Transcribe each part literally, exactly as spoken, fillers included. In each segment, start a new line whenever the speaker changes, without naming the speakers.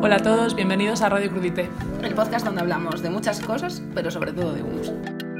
Hola a todos, bienvenidos a Radio Crudité,
el podcast donde hablamos de muchas cosas, pero sobre todo de humus.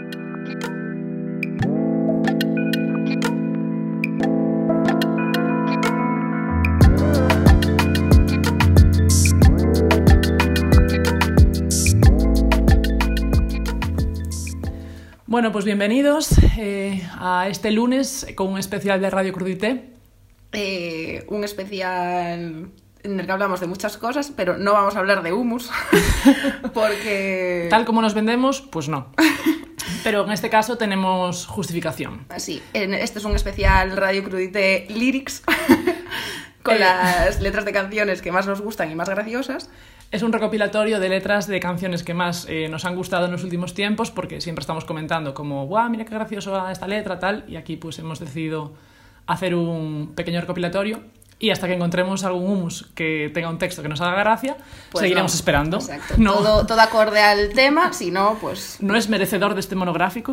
Bueno, pues bienvenidos eh, a este lunes con un especial de Radio Crudité.
Eh, un especial en el que hablamos de muchas cosas, pero no vamos a hablar de humus, porque...
Tal como nos vendemos, pues no. Pero en este caso tenemos justificación.
Sí, este es un especial Radio Crudité Lyrics, con eh... las letras de canciones que más nos gustan y más graciosas.
Es un recopilatorio de letras de canciones que más eh, nos han gustado en los últimos tiempos, porque siempre estamos comentando como, ¡guau, mira qué gracioso esta letra!, tal, y aquí pues hemos decidido hacer un pequeño recopilatorio, y hasta que encontremos algún humus que tenga un texto que nos haga gracia, pues seguiremos no. esperando.
Exacto. No. Todo, todo acorde al tema, si no, pues...
No es merecedor de este monográfico.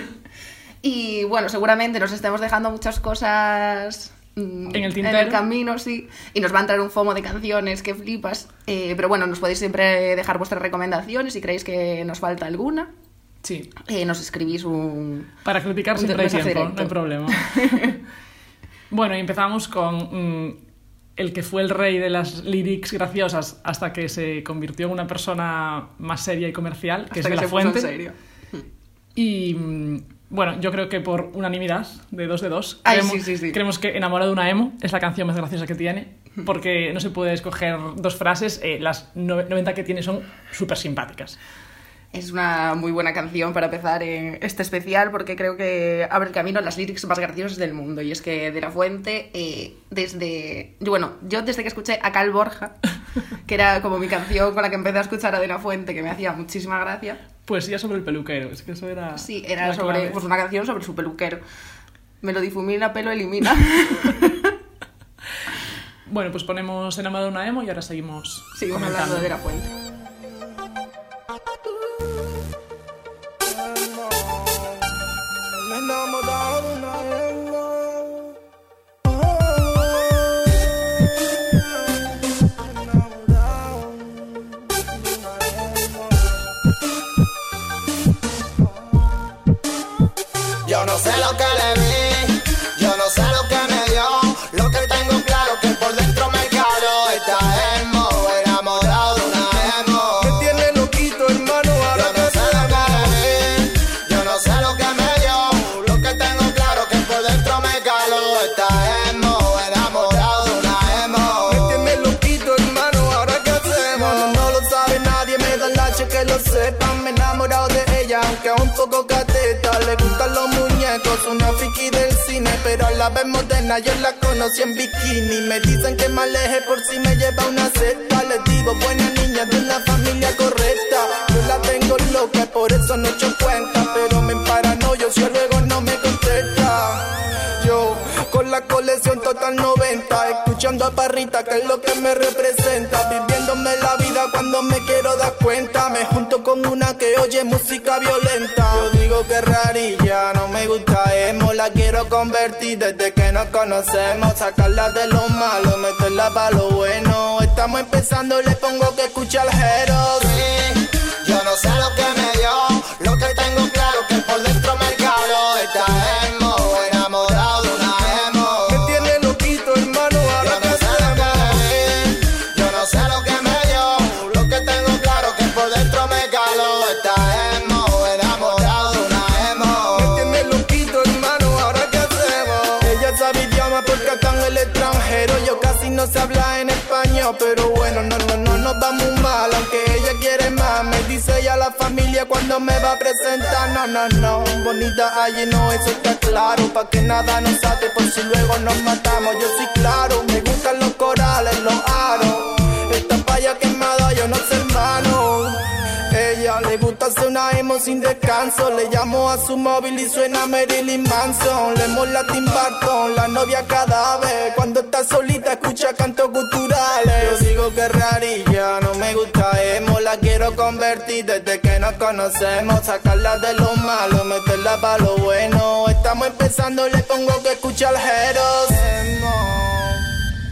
Y bueno, seguramente nos estemos dejando muchas cosas...
En el tintero.
En el camino, sí. Y nos va a entrar un fomo de canciones que flipas. Eh, pero bueno, nos podéis siempre dejar vuestras recomendaciones si creéis que nos falta alguna.
Sí.
Eh, nos escribís un...
Para criticar
un
siempre hay tiempo,
directo.
No hay problema. Bueno, y empezamos con mmm, el que fue el rey de las lyrics graciosas hasta que se convirtió en una persona más seria y comercial, que
hasta
es
que
De La
se
Fuente.
Puso en serio.
Y... Mmm, bueno, yo creo que por unanimidad, de dos de dos,
Ay,
creemos,
sí, sí, sí.
creemos que Enamorado de una emo es la canción más graciosa que tiene, porque no se puede escoger dos frases, eh, las noventa que tiene son súper simpáticas.
Es una muy buena canción para empezar en este especial, porque creo que abre el camino a las lyrics más graciosas del mundo. Y es que De La Fuente, eh, desde... Bueno, yo desde que escuché a Cal Borja, que era como mi canción con la que empecé a escuchar a De La Fuente, que me hacía muchísima gracia.
Poesía sobre el peluquero, es que eso era...
Sí, era sobre, pues una canción sobre su peluquero. Me lo difumina, pelo elimina.
Bueno, pues ponemos Enamorado de una emo y ahora seguimos
Seguimos
comentando.
hablando de De La Fuente.
Yo no sé lo que le vi, yo no sé lo que me dio. Lo que tengo claro que por dentro me calo. Esta emo, enamorado de una emo.
Me tiene loquito, hermano, ahora
Yo no sé lo que le vi, yo no sé lo que me dio. Lo que tengo claro que por dentro me calo. Esta emo, enamorado de una emo.
me tiene loquito, hermano, ahora qué hacemos. No, no lo sabe nadie, me da lache que lo sepan. Me he enamorado de ella, aunque es un poco cateta. Le gustan los muñecos, una friki del cine, pero a la vez moderna. Yo la conocí en bikini. Me dicen que me aleje por si me lleva una secta. Les digo, buena niña de una familia correcta. Yo la tengo loca, por eso no echo cuenta. Pero me paranoio si luego no me contesta. Yo, con la colección total noventa, escuchando a Parrita, que es lo que me representa. Viviéndome la vida cuando me quiero dar cuenta. Me junto con una que oye música violenta. Yo digo que rarilla, no me gusta emo. La quiero convertir desde que nos conocemos. Sacarla de lo malo, meterla para lo bueno. Estamos empezando, le pongo que escuchar Jeros.
Sí, yo no sé lo que me dio. Lo que tengo claro que por dentro me calo. Esta emo, enamorado de una emo.
Me tiene loquito, hermano, ahora
Yo
qué
no sé lo que
hacemos.
le vi, yo no sé lo que me dio. Lo que tengo claro que por dentro me calo. Esta emo, enamorado de una emo.
Me tiene loquito, hermano, ahora qué hacemos. Ella sabe idioma porque está en el extranjero. Yo casi no sé hablar en español, pero bueno, no, no, no nos va muy mal. Aunque ella quiere más, me dice ella la familia cuando me va a presentar. No, no, no, bonita, allí no, eso está claro. Pa' que nada nos ate por si luego nos matamos. Yo sí claro, me gustan los corales, los aros. Esta paya que me ha dado, yo no sé, hermano. Ella le gusta hacer una emo sin descanso. Le llamo a su móvil y suena Marilyn Manson. Le mola Tim Burton, la novia cadáver. Cuando está solita escucha cantos culturales. Yo digo que rarilla, no me gusta emo. La quiero convertir desde que nos conocemos. Sacarla de lo malo, meterla para lo bueno. Estamos empezando, le pongo que escuchar Jeros.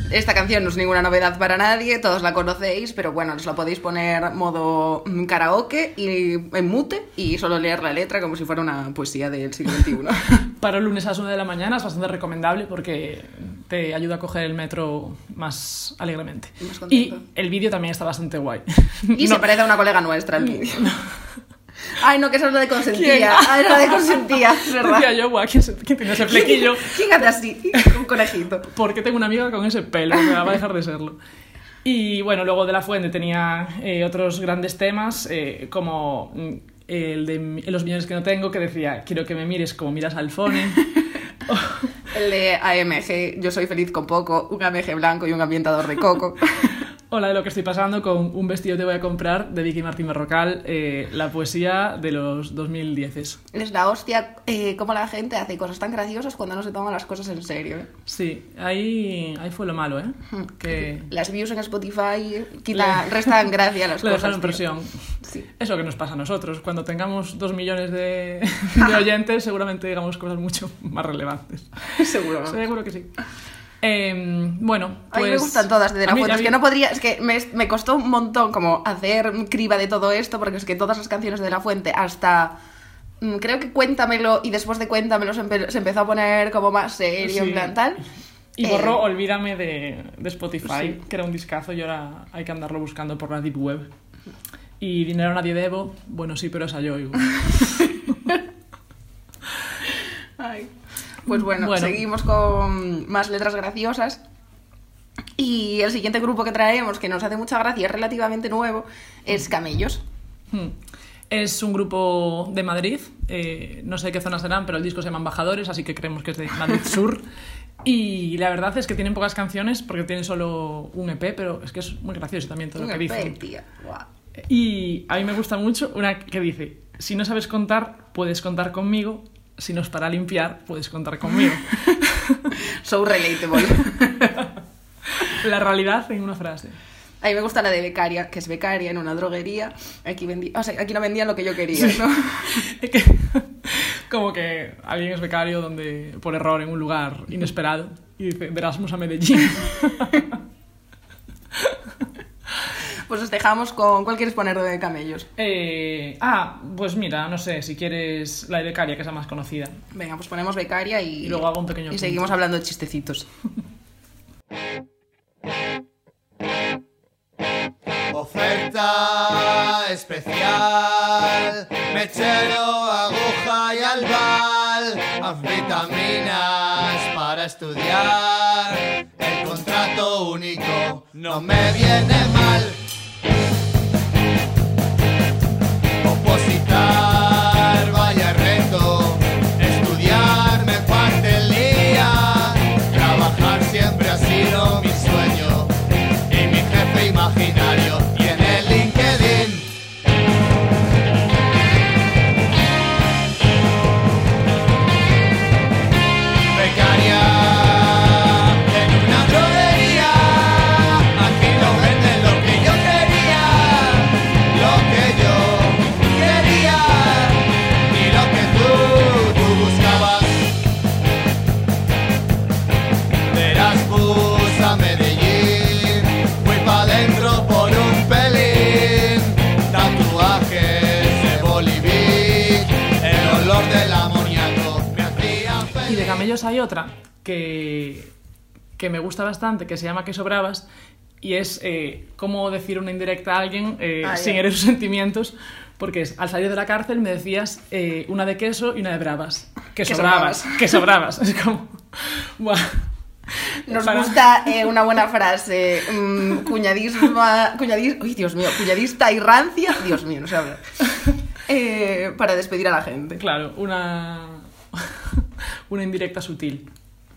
Esta canción no es ninguna novedad para nadie, todos la conocéis, pero bueno, os la podéis poner modo karaoke y en mute y solo leer la letra como si fuera una poesía del siglo veintiuno.
Para el lunes a las nueve de la mañana es bastante recomendable porque te ayuda a coger el metro más alegremente.
Más
y
contento.
el vídeo también está bastante guay.
Y
No,
se parece a una colega nuestra el vídeo. Ay, no, que esa es la de
¿Quién?
consentía. Ay, era la de consentía, es verdad.
decía yo, guau, ¿quién, se- quién tiene ese flequillo?
¿Quién hace así? Un conejito.
Porque tengo una amiga con ese pelo, me va a dejar de serlo. Y bueno, luego De La Fuente tenía eh, otros grandes temas, eh, como mm, el de mi- Los millones que no tengo, que decía, quiero que me mires como miras al Fone.
El de A M G, yo soy feliz con poco, un A M G blanco y un ambientador de coco.
O la de Lo que estoy pasando con Un vestido te voy a comprar, de Vicky Martín Berrocal, eh, la poesía de los dos mil diez.
Es la hostia eh, cómo la gente hace cosas tan graciosas cuando no se toman las cosas en serio. ¿eh?
Sí, ahí, ahí fue lo malo, ¿eh? Que
Las views en Spotify quita, restan gracia a las
le
cosas.
dejaron
tío.
presión.
Sí.
Eso que nos pasa a nosotros. Cuando tengamos dos millones de, de oyentes, seguramente digamos cosas mucho más relevantes.
Seguro. ¿no?
Seguro que sí. Eh, bueno,
A mí
pues...
me gustan todas de De La
a mí-
Fuente.
a
Es
mí-
que no podría, es que me, me costó un montón como hacer criba de todo esto, porque es que todas las canciones de De La Fuente, hasta mm, creo que Cuéntamelo y después de Cuéntamelo se, empe- se empezó a poner como más serio,
Sí.
en plan tal.
Y
Eh,
borró Olvídame de, de Spotify,
Sí.
que era un discazo y ahora hay que andarlo buscando por la Deep Web. Y Dinero a nadie debo, bueno, sí, pero esa yo oigo.
Ay. Pues bueno,
Bueno.
seguimos con más letras graciosas. Y el siguiente grupo que traemos, que nos hace mucha gracia, es relativamente nuevo, es Camellos.
Hmm. Es un grupo de Madrid, eh, no sé qué zonas serán, pero el disco se llama Embajadores, así que creemos que es de Madrid Sur. Y la verdad es que tienen pocas canciones porque tienen solo un E P, pero es que es muy gracioso también todo lo que
Un E P,
dicen.
tía. Guau.
Y a mí me gusta mucho una que dice, si no sabes contar, puedes contar conmigo, si no es para limpiar, puedes contar conmigo.
So relatable.
La realidad en una frase.
A mí me gusta la de becaria, que es becaria en una droguería. Aquí, vendí... o sea, aquí no vendían lo que yo quería, ¿no?
Es que, como que alguien es becario donde por error en un lugar inesperado y dice, de Erasmus a Medellín.
Pues os dejamos con... ¿Cuál quieres poner de Camellos?
Eh, ah, pues mira, no sé, si quieres la de becaria, que es la más conocida.
Venga, pues ponemos becaria y...
Y luego hago un pequeño
Y
apunte.
seguimos hablando de chistecitos.
Oferta especial, mechero, aguja y albal, anfetaminas para estudiar. El contrato único no me viene mal. Opositar, vaya reto, estudiar me parte el día. Trabajar siempre ha sido mi sueño y mi jefe imaginario tiene LinkedIn. Becaria en una droguería, aquí no venden lo que yo quería, lo que yo quería y lo que tú, tú buscabas. De Erasmus a Medellín, fui pa' dentro por un pelín, tatuajes de Bolivic, el olor del amoníaco me hacía feliz.
Y de Camellos hay otra que, que me gusta bastante, que se llama Queso Bravas, y es eh, cómo decir una indirecta a alguien eh,
Ah,
sin
ya.
herir sus sentimientos, porque es, al salir de la cárcel me decías eh, una de queso y una de bravas. Queso,
Queso
bravas,
bravas.
queso bravas. Es como... Buah.
Nos
Para-
gusta eh, una buena frase. Mm, cuñadisma... Cuñadis, uy, Dios mío. Cuñadista y rancia. Dios mío, no sé hablar. Eh, para despedir a la gente.
Claro, una... una indirecta sutil.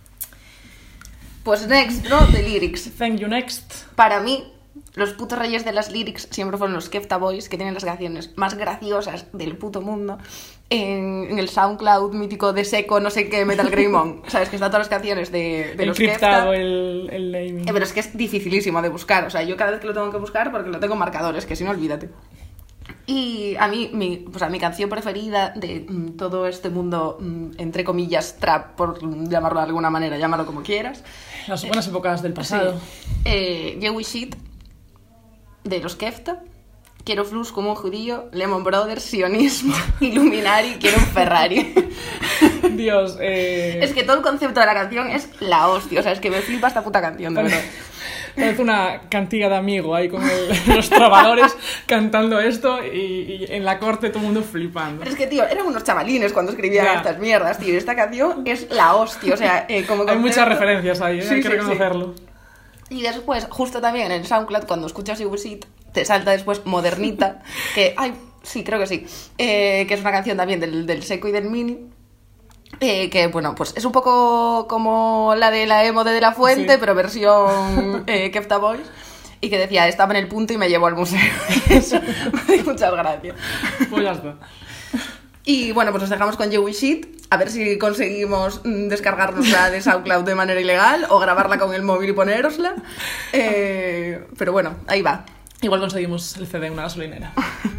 Pues next, ¿no? The lyrics.
Thank you, next.
Para mí, los putos reyes de las lyrics siempre fueron los Kefta Boys, que tienen las canciones más graciosas del puto mundo. En, en el SoundCloud mítico de Seco, no sé qué, Metal Greymon. ¿Sabes? Que están todas las canciones de, de
El
los
criptado,
Kefta.
el, el naming.
Eh, pero es que es dificilísimo de buscar. O sea, yo cada vez que lo tengo que buscar, porque lo tengo en marcadores, que si no, olvídate. Y a mí, mi, pues a mi canción preferida de mm, todo este mundo, mm, entre comillas, trap, por llamarlo de alguna manera, llámalo como quieras.
Las buenas eh, épocas del pasado.
Sí. Eh, Joey Shit, de los Kefta. Quiero flus como un judío, Lemon Brothers, sionismo, Illuminati, quiero un Ferrari.
Dios, eh...
Es que todo el concepto de la canción es la hostia, o sea, es que me flipa esta puta canción, de verdad.
Parece una cantiga de amigo ahí con el, los trovadores cantando esto y, y en la corte todo el mundo flipando.
Pero es que, tío, eran unos chavalines cuando escribían
ya.
estas mierdas, tío. Esta canción es la hostia, o sea, eh, como
Hay
concepto...
muchas referencias ahí, ¿eh?
Sí,
Hay que
sí,
reconocerlo.
Sí. Y después, justo también en el SoundCloud, cuando escuchas You Sit, te salta después Modernita, que, ay, sí, creo que sí, eh, que es una canción también del, del Seco y del Mini. Eh, que bueno, pues es un poco como la de la emo de De La Fuente, sí. pero versión eh, Kefta Boys, y que decía, estaba en el punto y me llevó al museo. Eso me dio muchas gracias.
Pues ya está.
Y bueno, pues nos dejamos con You Shit, a ver si conseguimos descargarnosla de SoundCloud de manera ilegal o grabarla con el móvil y ponérosla. Eh, pero bueno, ahí va.
Igual conseguimos el C D en una gasolinera.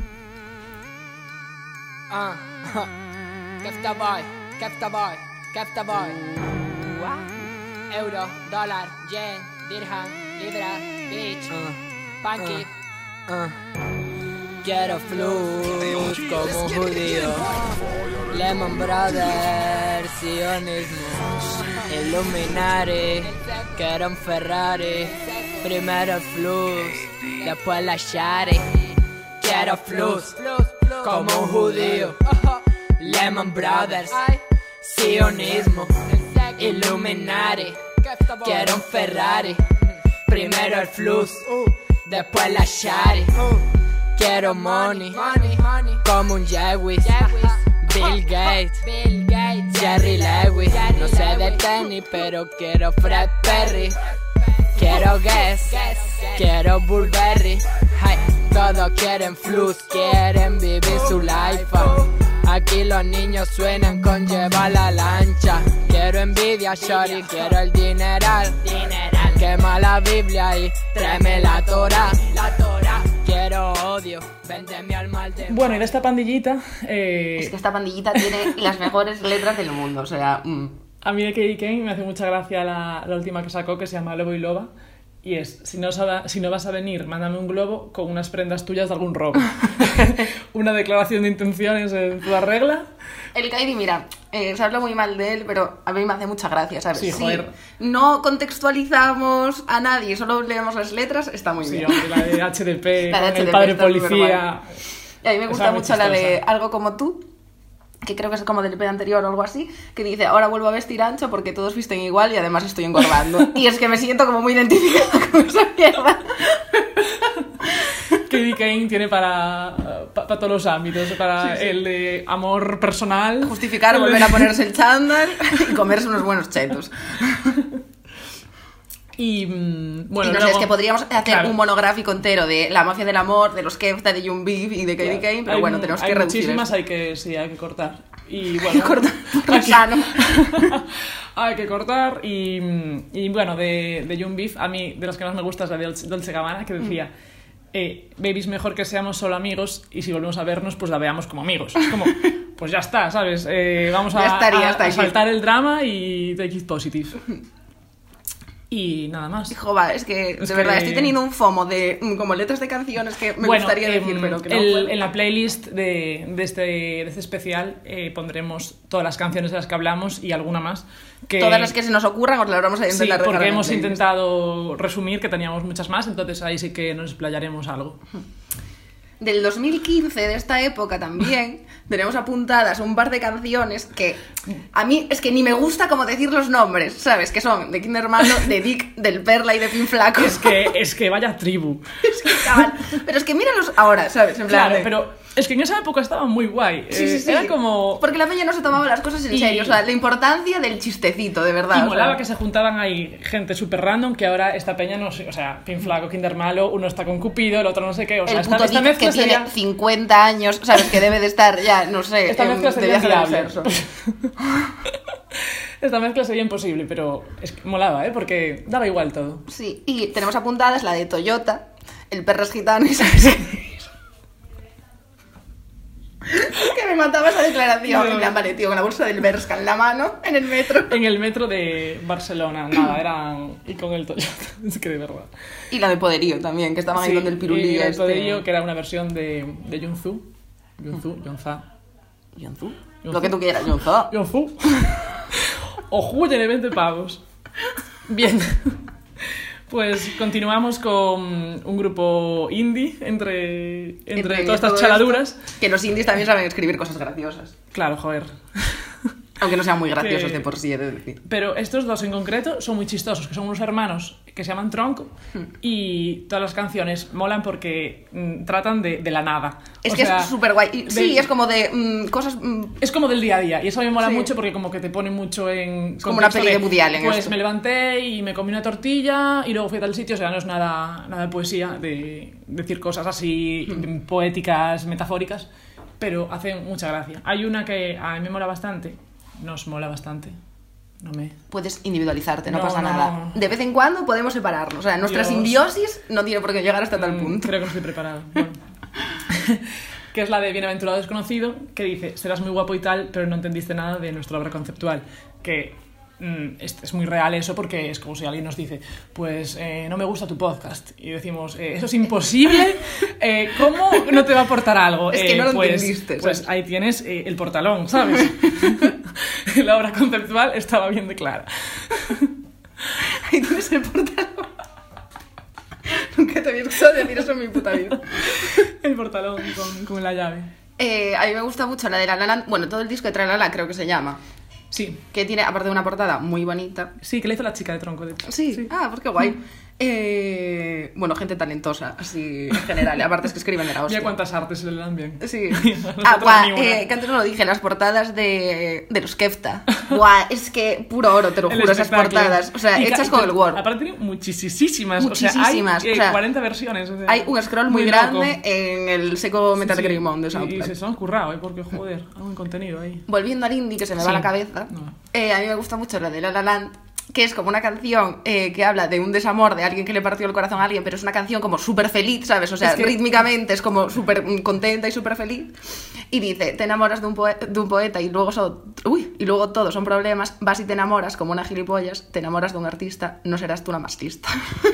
Ah, Kefta Boy. Kefta Boy, Kefta Boy. Euro, dólar, yen, dirham, libra, bitch, uh, panky. Uh, uh. Quiero flux como un judío. Lemon Brothers, sionismo. Illuminati, quiero un Ferrari. Primero el flux, después la shari. Quiero flux como un judío. Lemon Brothers, sionismo, Illuminati, quiero un Ferrari, primero el flux, después la shari, quiero money, como un Jewis, Bill Gates, Jerry Lewis, no sé de tenis pero quiero Fred Perry, quiero Guess, quiero Burberry, todos quieren flux, quieren vivir su life. Aquí los niños suenan con llevar la lancha. Quiero envidia, shorty, quiero el dineral. Dineral. Quema la Biblia y tráeme la Torah. La Torah. Quiero odio, vende mi alma al demonio.
Bueno, y de esta pandillita... Eh...
Es que esta pandillita tiene las mejores letras del mundo, o sea... Mm.
A mí de Katie Kane me hace mucha gracia la, la última que sacó, que se llama Lobo y Loba. Y es, si no, si no vas a venir, mándame un globo con unas prendas tuyas de algún robo. Una declaración de intenciones en toda regla.
El Kaidi, mira, eh, se habla muy mal de él, pero a mí me hace mucha gracia, ¿sabes?
Sí, joder.
Si no contextualizamos a nadie, solo leemos las letras, está muy
sí,
bien.
Hombre, la de H D P,
la de
con
H D P
el padre policía.
Y a mí me gusta mucho la de Algo como tú, que creo que es como del E P anterior o algo así, que dice, ahora vuelvo a vestir ancho porque todos visten igual y además estoy engordando. Y es que me siento como muy identificada con esa mierda.
Katie Kane tiene para, para, para todos los ámbitos, para sí, sí. el de amor personal.
Justificar, el volver de... a ponerse el chándal y comerse unos buenos chetos.
Y bueno,
y no
luego,
sé, es que podríamos hacer
claro.
un monográfico entero de la mafia del amor, de los Kefta, de Young Beef y de Katie Kane, pero
hay,
bueno, tenemos que
hay
reducir
muchísimas,
eso.
hay que, sí, hay que cortar. Y bueno,
cortar,
aquí,
sano.
hay que cortar y, y bueno, de, de Young Beef, a mí de las que más me gusta es la de Dolce Gabbana, que decía... Mm. Eh, baby, es mejor que seamos solo amigos y si volvemos a vernos, pues la veamos como amigos. Es como, pues ya está, ¿sabes? Eh, vamos a,
estaría,
a, a saltar el drama y take it positive. Y nada más.
Hijo, va, es que
es
de
que...
verdad estoy teniendo un FOMO de como letras de canciones que me
bueno,
gustaría
eh,
decir, pero que no.
El, en la playlist de, de, este, de este especial eh, pondremos todas las canciones de las que hablamos y alguna más. Que...
Todas las que se nos ocurran os las vamos a intentar
sí, porque hemos intentado resumir que teníamos muchas más, entonces ahí sí que nos explayaremos algo.
Del dos mil quince, de esta época también, tenemos apuntadas un par de canciones que a mí es que ni me gusta como decir los nombres, ¿sabes? Que son de Kinder Malo, de Dick, del Perla y de Pin Flaco.
Es que, es que vaya tribu.
Es que cabal. Pero es que míralos ahora, ¿sabes? En plan
claro,
de...
pero es que en esa época estaba muy guay.
Sí, sí, sí.
Era como...
Porque la peña no se tomaba las cosas en
y...
serio, o sea, la importancia del chistecito, de verdad.
Y molaba
o sea...
que se juntaban ahí gente súper random, que ahora esta peña no sé, o sea, Pin Flaco, Kinder Malo, uno está con Cupido, el otro no sé qué, o sea,
el
esta,
puto
esta
Dick que
sería...
tiene cincuenta años, ¿sabes? Que debe de estar ya, no sé,
esta mezcla
en,
sería
de viaje del sexo.
Esta mezcla sería imposible, pero es que molaba, ¿eh? Porque daba igual todo.
Sí, y tenemos apuntadas la de Toyota, el Perras Gitano y ¿sabes? Que me mataba esa declaración. En plan, vale, tío, con la bolsa del Bershka en la mano, en el metro.
En el metro de Barcelona, nada, eran... Y con el Toyota, es que de verdad.
Y la de Poderío también, que estaban
Sí,
ahí con el pirulí
y el
este.
Poderío, que era una versión de, de Yunzu. Yunzu, Yunza.
Yonzu.
Yonzu.
Lo que tú quieras, Yonzu.
Yunzu. Ojo, de veinte pavos. Bien. Pues continuamos con un grupo indie entre, entre,
Entre
todas estas
todo
chaladuras.
esto, que los indies también saben escribir cosas graciosas.
Claro, joder.
Aunque no sean muy graciosos
Que-
de por sí, he de decir.
Pero estos dos en concreto son muy chistosos, que son unos hermanos que se llaman Tronco y todas las canciones molan porque mm, tratan de, de la nada.
Es
O
que
sea,
es súper guay. Y, sí,
del-
es como de mm, cosas... mm,
Es como del día a día y eso a mí me mola
Sí.
mucho porque como que te pone mucho en...
Es como una
contexto
peli de Woody Allen
Pues
esto.
me levanté y me comí una tortilla y luego fui a tal sitio, o sea, no es nada, nada de poesía, de decir cosas así
Hmm.
poéticas, metafóricas, pero hacen mucha gracia. Hay una que a mí me mola bastante, nos mola bastante, no me...
Puedes individualizarte, no,
No,
pasa
no,
nada.
no.
De vez en cuando podemos separarnos. O sea, nuestra
Dios.
simbiosis no tiene por qué llegar hasta tal
Mm,
punto.
Creo que no estoy preparada. Bueno. Que es la de Bienaventurado Desconocido, que dice, serás muy guapo y tal, pero no entendiste nada de nuestra obra conceptual. Que mm, es, es muy real eso, porque es como si alguien nos dice, pues eh, no me gusta tu podcast. Y decimos, eh, eso es imposible, eh, ¿cómo no te va a aportar algo?
Es que
Eh,
no lo
pues,
entendiste,
Pues
¿sabes?
ahí tienes eh, el portalón, ¿sabes? La obra conceptual estaba bien de clara.
Ahí tienes el portal. Nunca te había escuchado decir eso en mi puta vida.
El portalón con, con la llave.
Eh, a mí me gusta mucho la de La La Land. Bueno, todo el disco de Tra La La creo que se llama.
Sí,
Que tiene, aparte de una portada muy bonita.
sí, que le hizo la chica de Tronco, de hecho.
Sí, ah, pues qué guay. Eh, bueno, gente talentosa, así en general. Aparte es que escriben de la hostia.
Mira cuántas artes se le dan bien.
Sí.
Nosotros
Ah, guau,
ni una.
eh, que antes no lo dije, las portadas de, de los Kefta. Guau, es que puro oro, te lo
El
juro, esas
espectáculo.
portadas. O sea,
Y ca-
hechas
y
con
ca-
el Word.
Aparte tiene muchísimas.
Muchísimas,
O sea, hay, eh,
o sea,
cuarenta versiones. O sea,
Hay un scroll muy,
loco.
grande en el seco Metal
Sí, sí.
Grimón de
Y, y
SoundCloud.
se han currado, ¿eh? Porque, joder, hay un contenido ahí.
Volviendo al indie, que se me
Sí.
va la cabeza,
No.
eh, a mí me gusta mucho la de La La Land, que es como una canción eh, que habla de un desamor de alguien que le partió el corazón a alguien, pero es una canción como súper feliz, ¿sabes? O sea,
Es que-
rítmicamente es como súper mm, contenta y súper feliz. Y dice, te enamoras de un, poe- de un poeta y luego, son, uy, y luego todos son problemas, vas y te enamoras como una gilipollas, te enamoras de un artista, no serás tú la más lista.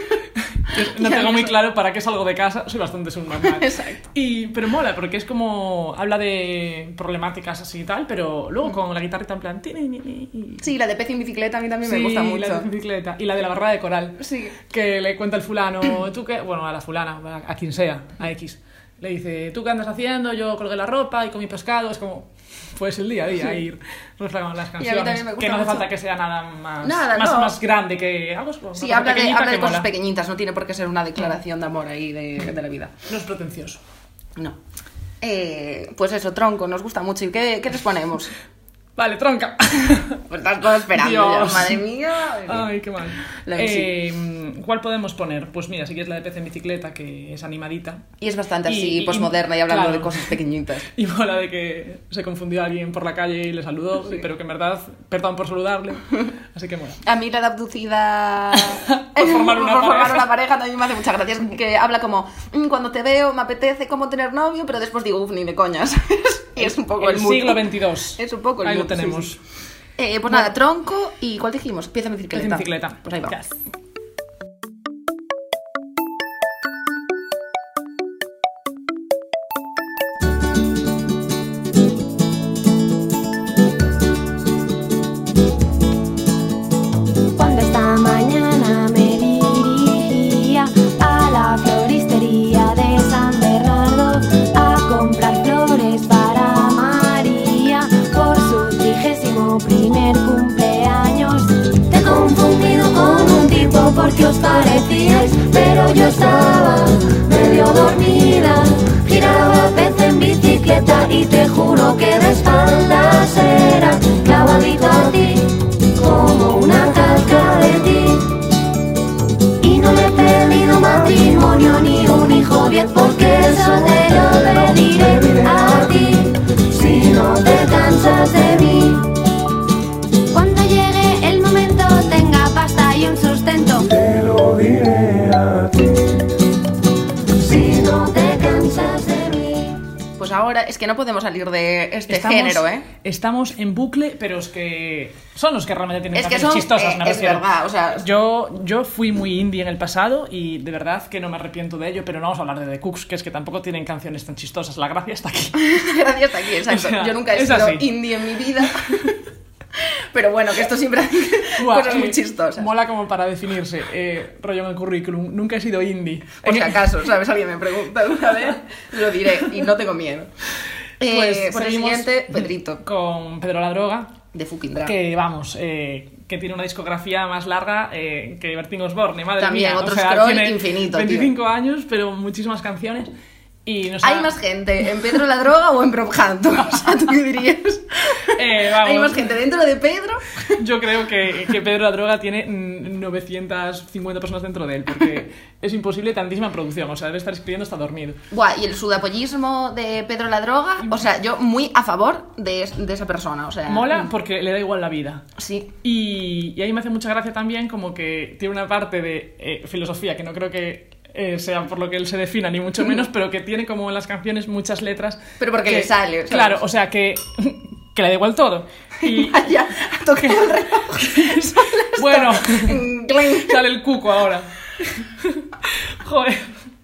No
Y a
tengo
mí
muy
eso-
claro para qué salgo de casa, soy bastante subnormal.
Exacto.
Y, pero mola, porque es como. Habla de problemáticas así y tal, pero luego con la guitarrita en plan. ti, ni, ni, ni.
Sí, la de Pez en bicicleta a mí también me
Sí,
gusta
la
mucho.
de bicicleta. Y la de la barra de coral.
Sí.
Que le cuenta el fulano, tú qué. Bueno, a la fulana, a, a quien sea, a X. Le dice, ¿tú qué andas haciendo? Yo colgué la ropa y comí pescado. Es como. Pues el día a día, ir reflejando las
Y a mí
canciones.
también me gusta
Que no hace
mucho.
falta que sea nada más.
Nada,
más,
no.
más grande que. Algo, una
Sí,
cosa
habla de,
pequeñita
habla de
que
cosas
mola.
pequeñitas, no tiene por qué ser una declaración de amor ahí de, de la vida.
No es pretencioso.
No. Eh, pues eso, Tronco, nos gusta mucho. ¿Y qué, qué les ponemos?
Vale, tronca.
Pues estás todo esperando
Dios.
ya. Madre mía. madre mía.
Ay, qué mal.
La M C.
Eh, ¿Cuál podemos poner? Pues mira, si quieres la de Pez en bicicleta, que es animadita.
Y es bastante
Y-
así,
y-
posmoderna y hablando
claro.
de cosas pequeñitas.
Y mola de que se confundió a alguien por la calle y le saludó, pero que en verdad, perdón por saludarle. Así que mola.
A mí la de abducida
Por formar una
por formar
pareja.
una pareja también me hace mucha gracia. Es que habla como, "Mm, cuando te veo me apetece como tener novio, pero después digo, uff, ni de coñas. Y es un poco el,
el
mood.
siglo veintidós.
Es un poco el
Ahí lo
mood, sí,
tenemos.
sí. Eh, pues nada, Tronco y ¿cuál dijimos? Pieza en
Pez
bicicleta.
en bicicleta.
Pues ahí va.
Yes.
Cuando esta mañana me dirigía a la floristería de San Bernardo a comprar flores para María por su trigésimo primer cumpleaños. Te he confundido con un tipo porque os parecíais, pero yo estaba medio dormida. Giraba Pez en bicicleta y te juro que de espaldas era clavadito a ti, como una calca de ti. Y no le he pedido matrimonio ni un hijo bien, porque eso te lo pediré a ti, si no te cansas de mí. Cuando llegue el momento, tenga pasta y un sustento,
Te lo diré a ti.
que no podemos salir de este
estamos,
género, ¿eh?
Estamos en bucle, pero es que son los que realmente tienen
Es que
canciones
son,
chistosas,
eh,
me
es
refiero.
verdad, o sea...
Yo, yo fui muy indie en el pasado y de verdad que no me arrepiento de ello, pero no vamos a hablar de The Cooks, que es que tampoco tienen canciones tan chistosas. La gracia está aquí.
La gracia está aquí, exacto.
O sea,
yo nunca he
es
sido
así.
indie en mi vida. Pero bueno, que esto siempre hace
Buah,
cosas muy
eh,
chistosas.
Mola como para definirse, eh, rollo en el currículum. Nunca he sido indie.
Por si
En-
acaso, ¿sabes? Alguien me pregunta alguna vez, lo diré y no tengo miedo. Eh,
Pues
por el
seguimos
siguiente, Pedrito,
con Pedro La Droga,
de fucking drag.
que vamos, eh, que tiene una discografía más larga eh, que Bertín Osborne, madre
También,
mía.
otro
o sea,
scroll
tiene
infinito,
veinticinco años, pero muchísimas canciones. Y nos
¿Hay
ha-
más gente en Pedro la Droga o en Brockhampton? O sea, ¿tú qué dirías?
Eh, vamos.
¿Hay más gente dentro de Pedro?
Yo creo que, que Pedro La Droga tiene mm, novecientas cincuenta personas dentro de él, porque es imposible tantísima producción, o sea, debe estar escribiendo hasta dormido.
Buah, y el sudapollismo de Pedro la Droga, o sea, yo muy a favor de, de esa persona, o sea...
Mola porque le da igual la vida.
Sí.
Y, y ahí me hace mucha gracia también como que tiene una parte de eh, filosofía que no creo que eh, sea por lo que él se defina, ni mucho menos, pero que tiene como en las canciones muchas letras.
Pero porque
que-
le sale, ¿sabes?
Claro, o sea, que, que le da igual todo. Y
Vaya, toqué el reloj.
bueno,
Clang.
sale el cuco ahora. Joder.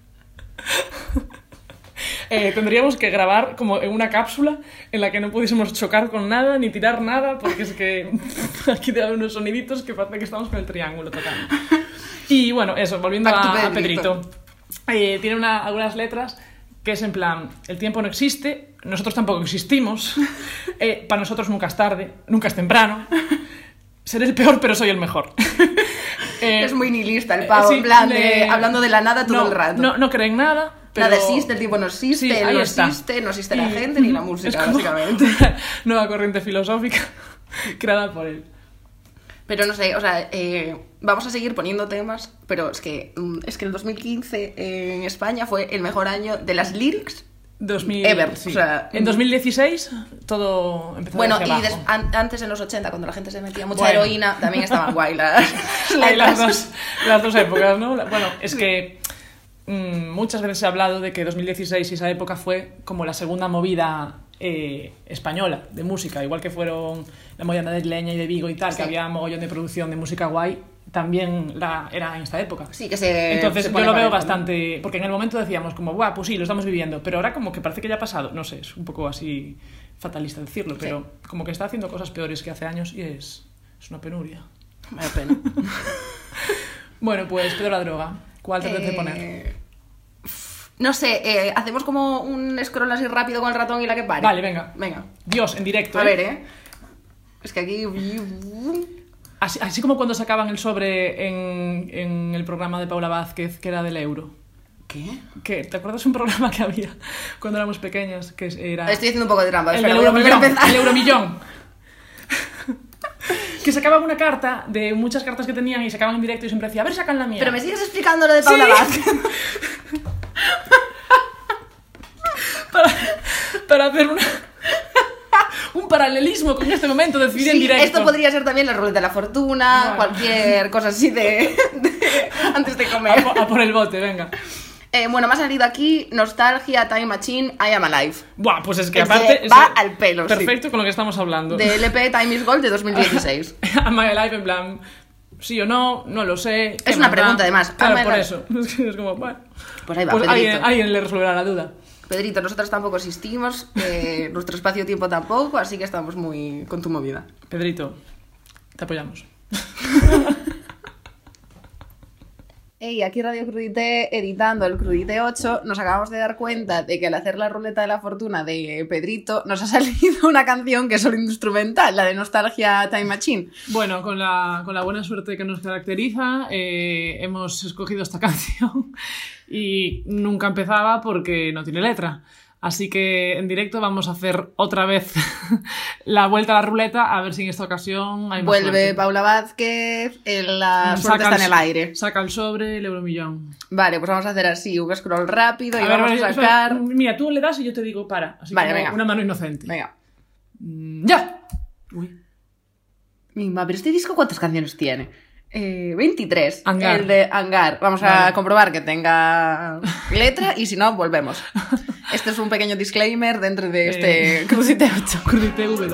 Eh, tendríamos que grabar como en una cápsula en la que no pudiésemos chocar con nada ni tirar nada, porque es que aquí te dan unos soniditos que parece que estamos con el triángulo tocando. Y bueno, eso, volviendo
Back to
a, a
Pedrito.
Pedrito. Eh, tiene una, algunas letras que es en plan, el tiempo no existe, nosotros tampoco existimos, eh, para nosotros nunca es tarde, nunca es temprano, seré el peor pero soy el mejor. Eh,
Es muy nihilista el pavo,
sí,
en plan, de,
le-
hablando de la nada todo
no,
el rato.
No, no creen nada. Pero...
Nada existe, el tiempo no existe,
Sí,
él
ahí
no
está.
existe, no existe la
Y-
gente ni la
es
música,
como
básicamente.
una nueva corriente filosófica creada por él.
Pero no sé, o sea, eh, vamos a seguir poniendo temas, pero es que, mm, es que el dos mil quince eh, en España fue el mejor año de las lyrics.
dos mil,
Ever,
sí.
o sea,
en dos mil dieciséis todo empezó
Bueno,
hacia
y des-
abajo.
an- antes en los ochenta, cuando la gente se metía mucha
Bueno.
heroína, también estaban guay las,
Hay las
letras.
dos, las dos épocas, ¿no? Bueno, es que mm, muchas veces se ha hablado de que dos mil dieciséis y esa época fue como la segunda movida eh, española de música, igual que fueron la movida de Leña y de Vigo y tal,
Sí.
que había mogollón de producción de música guay, también la, era en esta época.
Sí, que se
Entonces
se
yo
pone
lo veo
parejo, ¿no?
bastante, porque en el momento decíamos como, guau, pues sí, lo estamos viviendo, pero ahora como que parece que ya ha pasado, no sé, es un poco así fatalista decirlo, pero como que está haciendo cosas peores que hace años y es, es una penuria.
Me da pena.
Bueno, pues Pedro La Droga, ¿cuál te apetece
Eh,
poner?
No sé, eh, hacemos como un scroll así rápido con el ratón y la que pare.
Vale, venga.
Venga.
Dios, en directo,
A
¿eh?
ver, ¿eh? Es que aquí...
Así, así como cuando sacaban el sobre en, en el programa de Paula Vázquez, que era del euro.
¿Qué?
¿Qué? ¿Te acuerdas un programa que había cuando éramos pequeñas? Que era...
Estoy haciendo un poco de trampa.
El
espera,
del
voy a volver a
euromillón.
empezar.
El euromillón. Que sacaban una carta de muchas cartas que tenían y sacaban en directo y siempre decía, a ver, sacan la mía.
Pero me sigues explicando lo de Paula
Sí.
Vázquez.
para, para hacer una, un paralelismo con este momento de decidir en
Sí,
directo.
esto podría ser también la ruleta de la fortuna,
Bueno.
cualquier cosa así de, de- antes de comer.
A, po- a por el bote, venga.
Eh, bueno, me ha salido aquí Nostalgia, Time Machine, I Am Alive.
Buah, pues es que
Es que
aparte...
va
es-
al pelo, sí.
Perfecto con lo que estamos hablando.
De L P Time is Gold de dos mil dieciséis.
Am I Alive, en plan, sí o no, no lo sé. ¿qué
Es una
más da?
pregunta, además.
Claro,
Am I
por
Alive?
eso. Es que es como, bueno.
Pues ahí va,
Pues
Pedrito.
alguien, alguien le resolverá la duda.
Pedrito, nosotros tampoco existimos, eh, nuestro espacio-tiempo tampoco, así que estamos muy con tu movida.
Pedrito, te apoyamos.
Hey, aquí Radio Crudité editando el Crudité ocho, nos acabamos de dar cuenta de que al hacer la ruleta de la fortuna de Pedrito nos ha salido una canción que es solo instrumental, la de Nostalgia Time Machine.
Bueno, con la, con la buena suerte que nos caracteriza, eh, hemos escogido esta canción y nunca empezaba porque no tiene letra. Así que en directo vamos a hacer otra vez la vuelta a la ruleta, a ver si en esta ocasión hay más
Vuelve
suerte.
Paula Vázquez, en la suerte está en el aire.
Saca el sobre, el euromillón.
Vale, pues vamos a hacer así, un scroll rápido y
A ver,
vamos
vale,
a
espera,
sacar...
mira, tú le das y yo te digo para. Así
Vale,
como
venga.
una mano inocente.
Venga.
Mm, ¡Ya! Uy.
Mima, pero este disco ¿cuántas canciones tiene? Eh, veintitrés.
Hangar.
El de Hangar. Vamos a
Vale.
comprobar que tenga letra y si no, volvemos. Este es un pequeño disclaimer dentro de este eh, Cruditeucho.
Cruditeucho.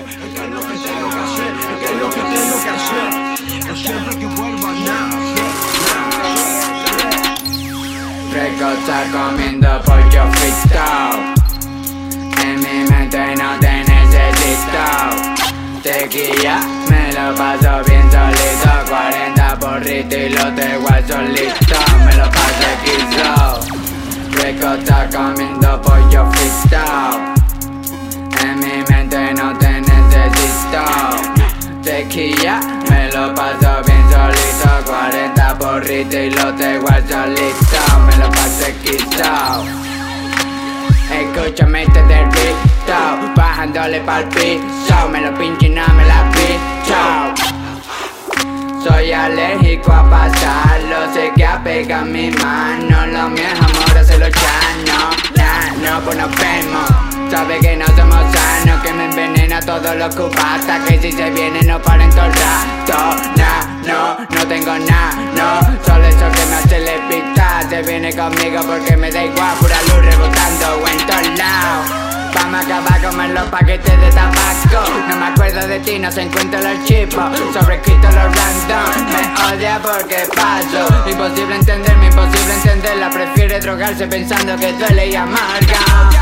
Rico está comiendo pollo frito. En mi mente no te necesito. Tequila, me lo paso bien solito. cuarenta porritos y lo tengo al solito. Me lo paso quiso. Rico está comiendo pollo frito. En mi mente no te necesito. Tequila, me lo paso bien solito. cuarenta porritos y lo tengo al solito. Me lo paso quiso. Escúchame este del grito, bajándole pa'l piso. Me lo pincho y no me la picho. Soy alérgico a pasarlo, sé que apega mi mano. Lo mío es amor, hacerlo llano. Nah, no, pues nos vemos. Sabe que no somos sanos, que me envenena todos los cubatas. Que si se viene no paren todo el rato. Nah, no, no tengo nada, no. Solo eso que me hace levitar. Se viene conmigo porque me da igual. Pura luz rebotando en todos lados. Vamos a acabar con los paquetes de tabaco. No me acuerdo de ti, no se encuentran los chipos. Sobrescrito los random. Me odia porque paso. Imposible entenderme, imposible entenderla. Prefiere drogarse pensando que duele y amarga.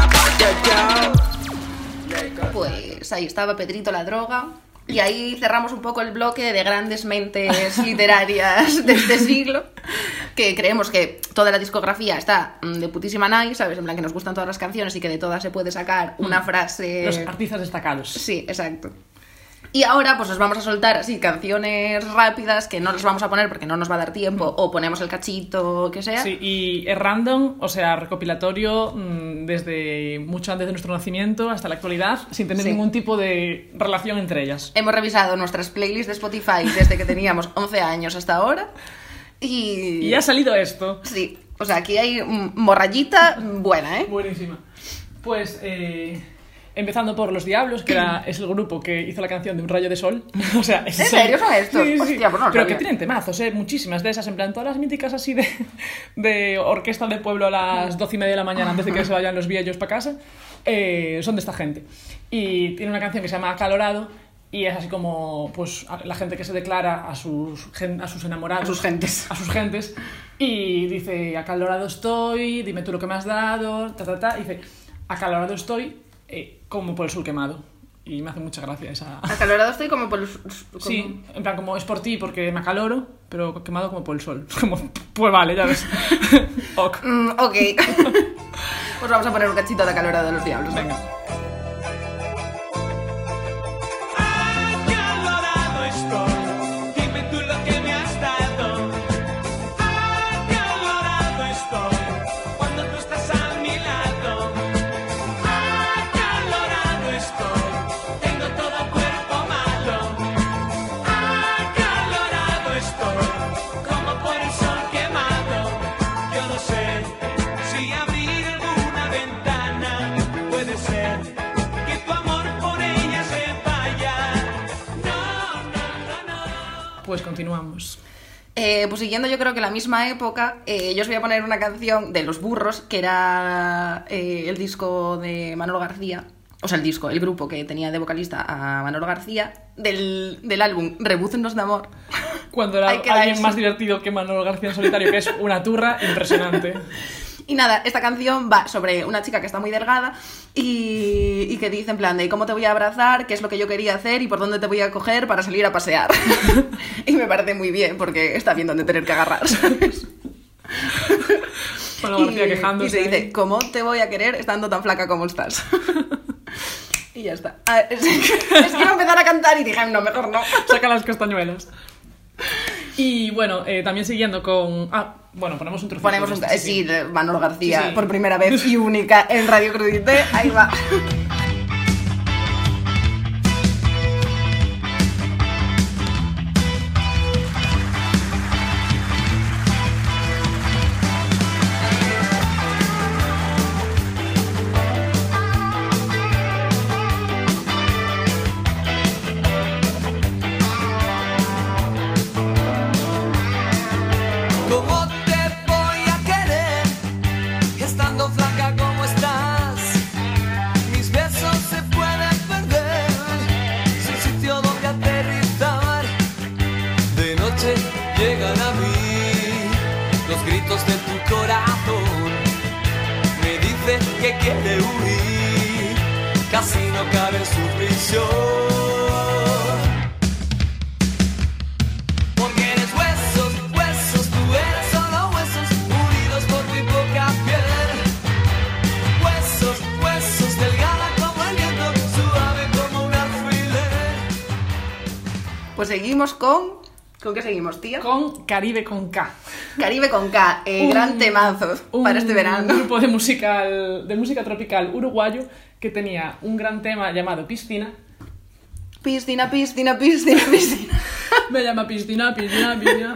Pues ahí estaba Pedrito la droga. Y ahí cerramos un poco el bloque de grandes mentes literarias de este siglo, que creemos que toda la discografía está de putísima nice, ¿sabes? En plan que nos gustan todas las canciones y que de todas se puede sacar una frase...
Los artistas destacados.
Sí, exacto. Y ahora pues os vamos a soltar así canciones rápidas que no las vamos a poner porque no nos va a dar tiempo, o ponemos el cachito, que sea.
Sí, y es random, o sea, recopilatorio mmm, desde mucho antes de nuestro nacimiento hasta la actualidad, sin tener sí. ningún tipo de relación entre ellas.
Hemos revisado nuestras playlists de Spotify desde que teníamos once años hasta ahora y...
Y ha salido esto.
Sí, o sea, aquí hay morrayita buena, ¿eh?
Buenísima. Pues... eh... Empezando por Los Diablos, que era, es el grupo que hizo la canción de Un rayo de sol. O sea,
¿en serio son estos?
Sí, sí.
Hostia, pues no
pero
sabía.
Que tienen temazos, ¿eh? Muchísimas de esas, en plan, todas las míticas así de, de orquesta de pueblo a las doce y media de la mañana antes de que se vayan los viejos para casa, eh, son de esta gente. Y tiene una canción que se llama Acalorado, y es así como, pues, la gente que se declara a sus, a sus enamorados.
A sus gentes.
A sus gentes. Y dice, acalorado estoy, dime tú lo que me has dado, ta, ta, ta. Y dice, acalorado estoy... Eh, como por el sol quemado. Y me hace mucha gracia esa...
Acalorado estoy como por el... Como...
Sí, en plan como es por ti porque me acaloro, pero quemado como por el sol. Como, pues vale, ya ves. Ok.
Mm, ok. Pues vamos a poner un cachito de Acalorado de Los Diablos.
Venga. Pues continuamos.
Eh, pues siguiendo yo creo que la misma época, eh, yo os voy a poner una canción de Los Burros, que era eh, el disco de Manolo García, o sea, el disco, el grupo que tenía de vocalista a Manolo García, del, del álbum Rebúcennos de Amor.
Cuando era alguien eso. Más divertido que Manolo García en solitario, que es una turra impresionante.
Y nada, esta canción va sobre una chica que está muy delgada y, y que dice en plan de cómo te voy a abrazar, qué es lo que yo quería hacer y por dónde te voy a coger para salir a pasear. Y me parece muy bien porque está bien dónde tener que agarrar, ¿sabes?
Bueno, García
y,
quejándose.
Y se dice, ¿cómo te voy a querer estando tan flaca como estás? Y ya está. A ver, es, es que iba a empezar a cantar y dije, no, mejor no.
Saca las castañuelas. Y bueno, eh, también siguiendo con... Ah, bueno, ponemos un trocito.
Ponemos un...
Este,
sí, sí, Manolo García,
sí, sí.
Por primera vez y única en Radio Crudité. Ahí va.
¿Cómo te voy a querer estando flaca como estás? latidos de tu corazón. Me dice que quiere huir, casi no cabe en su prisión. Porque eres huesos, huesos, tú eres solo huesos, unidos por muy poca piel. Huesos, huesos, delgada como el viento, suave como un alfiler.
Pues seguimos con... ¿Con qué seguimos, tía?
Con Caribe con K.
Caribe con K, eh,
Un-
gran temazo para este verano.
Un grupo de, musical, de música tropical uruguayo que tenía un gran tema llamado Piscina.
Piscina, piscina, piscina, piscina.
Me llama Piscina, Piscina, Piscina.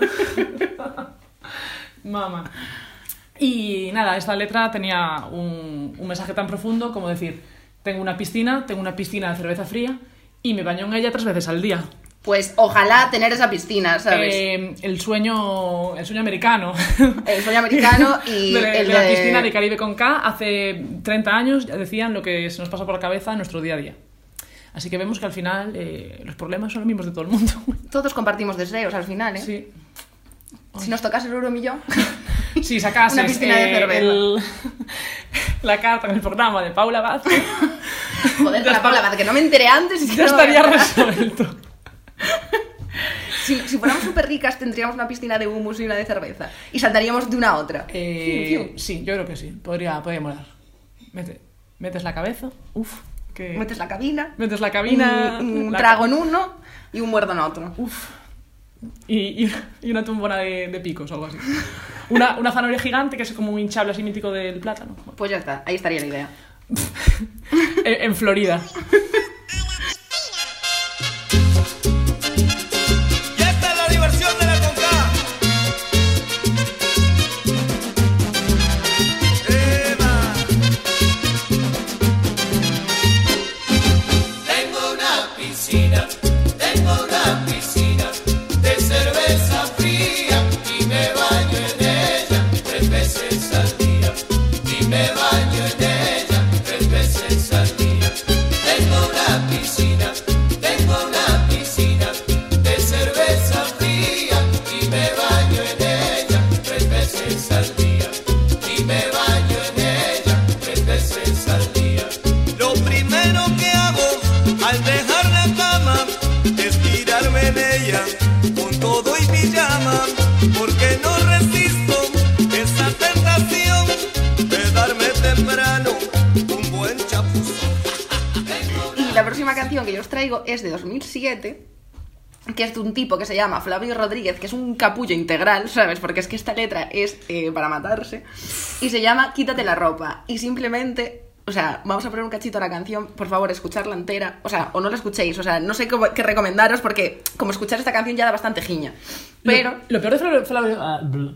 Mamá. Y nada, esta letra tenía un, un mensaje tan profundo como decir: tengo una piscina, tengo una piscina de cerveza fría y me baño en ella tres veces al día.
Pues ojalá tener esa piscina, ¿sabes?
Eh, el sueño el sueño americano.
El sueño americano y
de,
el
de la
de-
piscina de Caribe con K. Hace treinta años ya decían lo que se nos pasa por la cabeza en nuestro día a día. Así que vemos que al final eh, los problemas son los mismos de todo el mundo.
Todos compartimos deseos al final, ¿eh?
Sí.
Si nos tocase el euromillón.
Si sacases
Una piscina de
eh,
cerveza.
el- la carta en el programa de Paula Vázquez,
Joder,
Ya
la
está-
Paula Vázquez, que no me enteré antes y
ya estaría resuelto.
Si, si fuéramos súper ricas tendríamos una piscina de humus y una de cerveza. Y saltaríamos de una a otra.
Eh,
Fiu, fiu.
sí, yo creo que sí. Podría, podría molar. Mete- metes la cabeza. Uf. Que...
Metes la cabina.
metes la cabina.
Un, un
la
trago
ca-
en uno y un muerdo en otro.
Uf. Y, y, y una tumbona de, de picos o algo así. Una, una zanahoria gigante que es como un hinchable así mítico del plátano.
Pues ya está, ahí estaría la idea.
En, en Florida.
Ya está la diversión de la Conca. Eva. Tengo una piscina, tengo una piscina de cerveza fría y me baño en ella tres veces al día. Y me baño en ella tres veces al día. Tengo una piscina, tengo una piscina de cerveza fría y me baño en ella tres veces al día. Y me baño en ella tres veces al día. Lo primero que hago al dejar la cama es tirarme en ella con todo y pijama, porque no resisto esa tentación de darme temprano un buen chapuzón.
Y la próxima canción que yo os traigo es de dos mil siete, que es de un tipo que se llama Flavio Rodríguez, que es un capullo integral, ¿sabes? Porque es que esta letra es eh, para matarse. Y se llama Quítate la ropa. Y simplemente, o sea, vamos a poner un cachito a la canción, por favor, escucharla entera. O sea, o no la escuchéis, o sea, no sé cómo, qué recomendaros, porque como escuchar esta canción ya da bastante giña. Pero...
Lo, lo peor de Flavio, Flavio- ah, bl-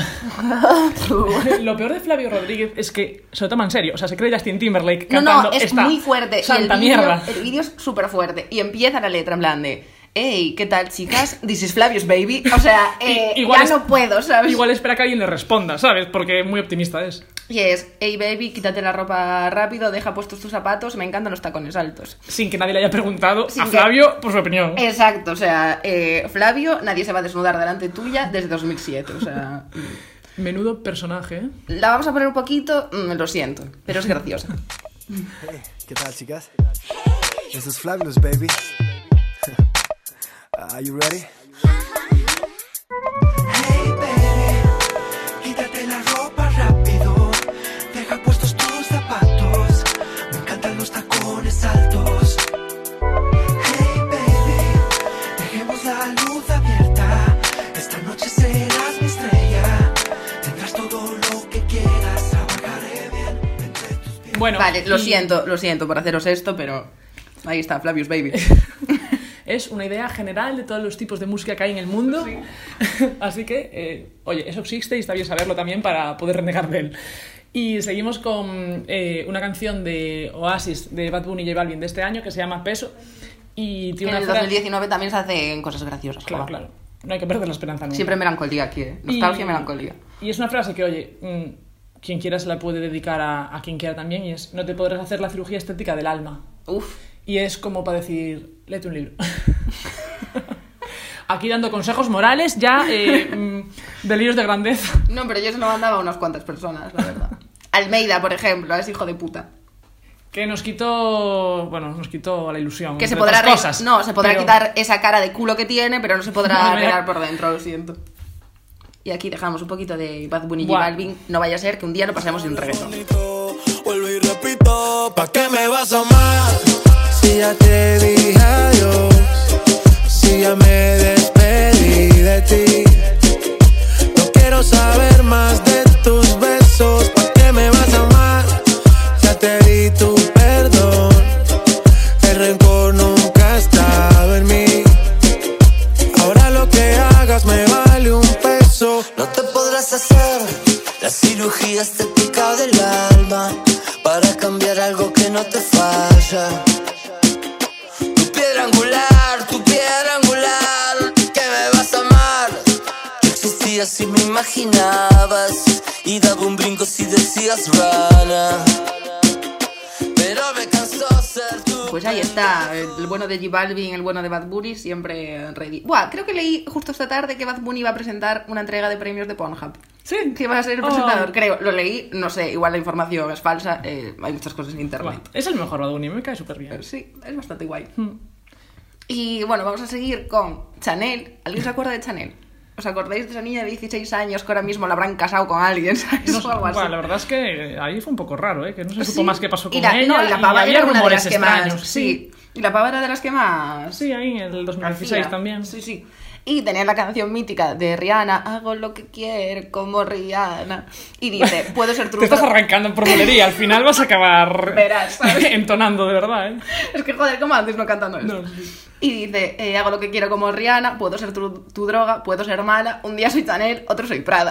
lo peor de Flavio Rodríguez es que se lo toma en serio. O sea, se cree Justin Timberlake
No,
cantando
no, es
esta
muy fuerte.
santa
y el vídeo,
mierda.
el vídeo es súper fuerte. Y empieza la letra en plan de: hey, ¿qué tal, chicas? This is Flavius, baby. O sea, eh,
I- igual
ya
es-
no puedo, ¿sabes?
Igual espera que alguien le responda, ¿sabes? Porque muy optimista es.
Y es: hey, baby, quítate la ropa rápido, deja puestos tus zapatos, me encantan los tacones altos.
Sin que nadie le haya preguntado
Sin
a
que-
Flavio por su opinión.
Exacto, o sea, eh, Flavio, nadie se va a desnudar delante tuya desde dos mil siete, o sea...
Menudo personaje, ¿eh?
La vamos a poner un poquito, mm, lo siento, pero es graciosa.
Hey, ¿qué tal, chicas? This is Flavius, baby. Are you ready?
Hey baby, quítate la ropa rápido, deja puestos tus zapatos, me encantan los tacones altos. Hey baby, dejemos la luz abierta, esta noche serás mi estrella, tendrás todo lo que quieras, trabajaré bien entre tus pies.
Bueno,
Vale, lo
y
siento, lo siento por haceros esto, pero ahí está, Flavius, baby.
Es una idea general de todos los tipos de música que hay en el mundo. Así que, eh, oye, eso existe y está bien saberlo también para poder renegar de él. Y seguimos con eh, una canción de Oasis, de Bad Bunny y J Balvin de este año, que se llama Peso. Y tiene
En
una
el
fra-
dos mil diecinueve también se hacen cosas graciosas.
Claro,
joder.
claro. No hay que perder la esperanza nunca.
Siempre melancolía aquí, ¿eh? Nostalgia y melancolía.
Y es una frase que, oye, mmm, quien quiera se la puede dedicar a, a quien quiera también, y es: no te podrás hacer la cirugía estética del alma.
Uf.
Y es como para decir: léete un libro. Aquí dando consejos morales, ya eh, mm, Delirios de grandeza.
No, pero yo se lo mandaba a unas cuantas personas, la verdad. Almeida, por ejemplo, es hijo de puta.
Que nos quitó, bueno, nos quitó la ilusión.
Que se podrá,
re... cosas,
no, se podrá
pero...
quitar esa cara de culo que tiene, pero no se podrá arreglar por dentro, lo siento. Y aquí dejamos un poquito de Bad Bunny y J Balvin. No vaya a ser que un día lo pasemos sin un reggaetón.
Vuelvo y repito, ¿pa' qué me vas a amar? Si ya te dije adiós, si ya me despedí de ti. No quiero saber más de tus besos, ¿pa' qué me vas a amar? Ya te di tu perdón, el rencor nunca ha estado en mí. Ahora lo que hagas me vale un peso.
No te podrás hacer la cirugía estética del alma para cambiar algo que no te falla. Tu piedra angular, tu piedra angular, que me vas a amar. Yo existía si me imaginabas y daba un brinco si decías rana. Pero me cansó ser tú.
Pues ahí está, el bueno de J Balvin, el bueno de Bad Bunny, siempre ready. Buah, creo que leí justo esta tarde que Bad Bunny iba a presentar una entrega de premios de Pornhub.
Sí.
Que iba a ser el presentador, oh. creo. Lo leí, no sé, igual la información es falsa, eh, hay muchas cosas en internet.
Bueno, es el mejor Bad Bunny, me cae súper bien.
Sí, es bastante guay.
Hmm.
Y bueno, vamos a seguir con Chanel. ¿Alguien se acuerda de Chanel? ¿Os acordáis de esa niña de dieciséis años que ahora mismo la habrán casado con alguien? ¿Sabes?
No,
o algo así.
Bueno, la verdad es que ahí fue un poco raro, ¿eh? Que no se supo
Sí.
más qué pasó con
y la,
ella.
No, y la pava
y
era
había
una de
rumores
las que
extraños.
más... Sí. Y la pava era de las que más...
Sí, ahí en el dos mil dieciséis
hacía.
también.
Sí, sí. Y tenía la canción mítica de Rihanna, hago lo que quiero como Rihanna. Y dice, puedo ser tu...
Te estás arrancando por bolería, al final vas a acabar
Verás, ¿sabes?
entonando de verdad, ¿eh?
Es que joder, ¿cómo antes no cantando eso?
No, sí.
Y dice, eh, hago lo que quiero como Rihanna, puedo ser tu, tu droga, puedo ser mala, un día soy Chanel, otro soy Prada.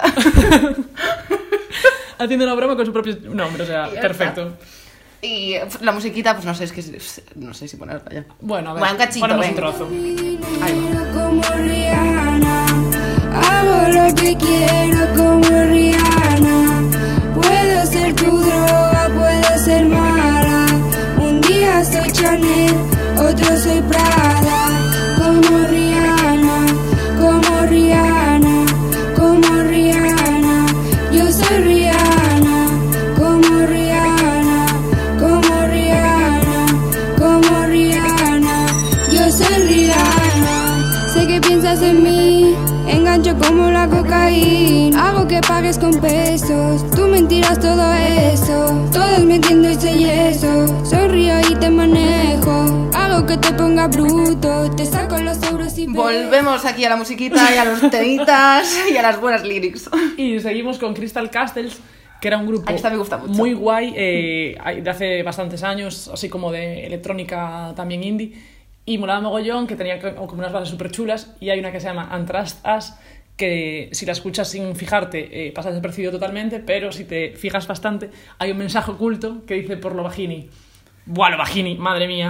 Haciendo una broma con su propio nombre, o sea,
Y ya
perfecto.
está. Y la musiquita, pues no sé, es que no sé si ponerla ya.
Bueno, a ver,
Bueno, un cachito,
ponemos
venga.
un trozo.
Ahí va.
Como Rihanna, hago lo que quiero como Rihanna. Puedo ser tu droga, puedo ser mala. Un día soy Chanel, otro soy Prada. Como Rihanna, como Rihanna, como Rihanna. Yo soy Rihanna, como Rihanna, como Rihanna, como Rihanna. Yo soy Rihanna. Sé que piensas en mí, engancho como la cocaína. Hago que pagues con pesos, tú mentiras todo eso. Todos mintiendo y soy eso. Sonrío y te manejo, hago que te ponga bruto. Te saco los euros y
Volvemos aquí a la musiquita y a los temitas y a las buenas lyrics.
Y seguimos con Crystal Castles, que era un grupo
Esta me gusta mucho.
muy guay, eh, de hace bastantes años, así como de electrónica también indie, y molaba mogollón, que tenía como unas bases súper chulas, y hay una que se llama Untrust Us, que si la escuchas sin fijarte eh, pasa desapercibido totalmente, pero si te fijas bastante hay un mensaje oculto que dice por lo vagini. ¡Buah, lo vagini! ¡Madre mía!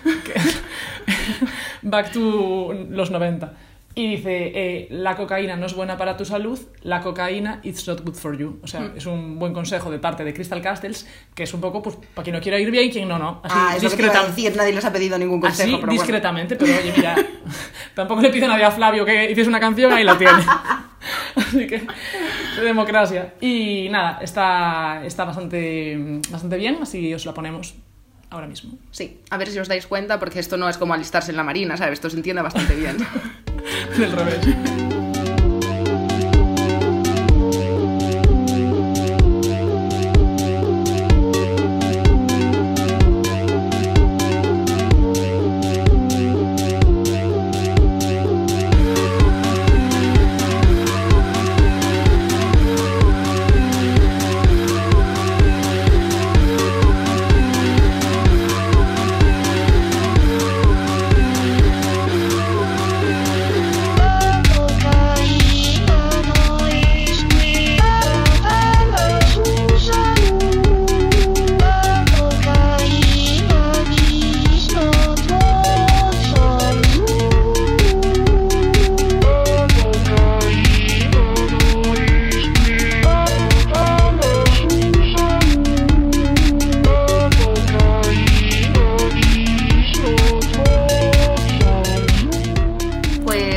Back to los noventa. Y dice, eh, la cocaína no es buena para tu salud, la cocaína it's not good for you. O sea, mm. es un buen consejo de parte de Crystal Castles, que es un poco, pues, para quien no quiera ir bien, quien no, no. Así,
ah, es discreta- lo que decir, nadie les ha pedido ningún consejo.
Así,
pero
discretamente,
bueno.
pero oye, mira, tampoco le pido a nadie a Flavio que hiciese una canción, ahí la tiene. Así que, de democracia. Y nada, está, está bastante, bastante bien, así os la ponemos ahora mismo.
Sí, a ver si os dais cuenta, porque esto no es como alistarse en la marina, ¿sabes? Esto se entiende bastante bien.
Del revés.
Cocaína.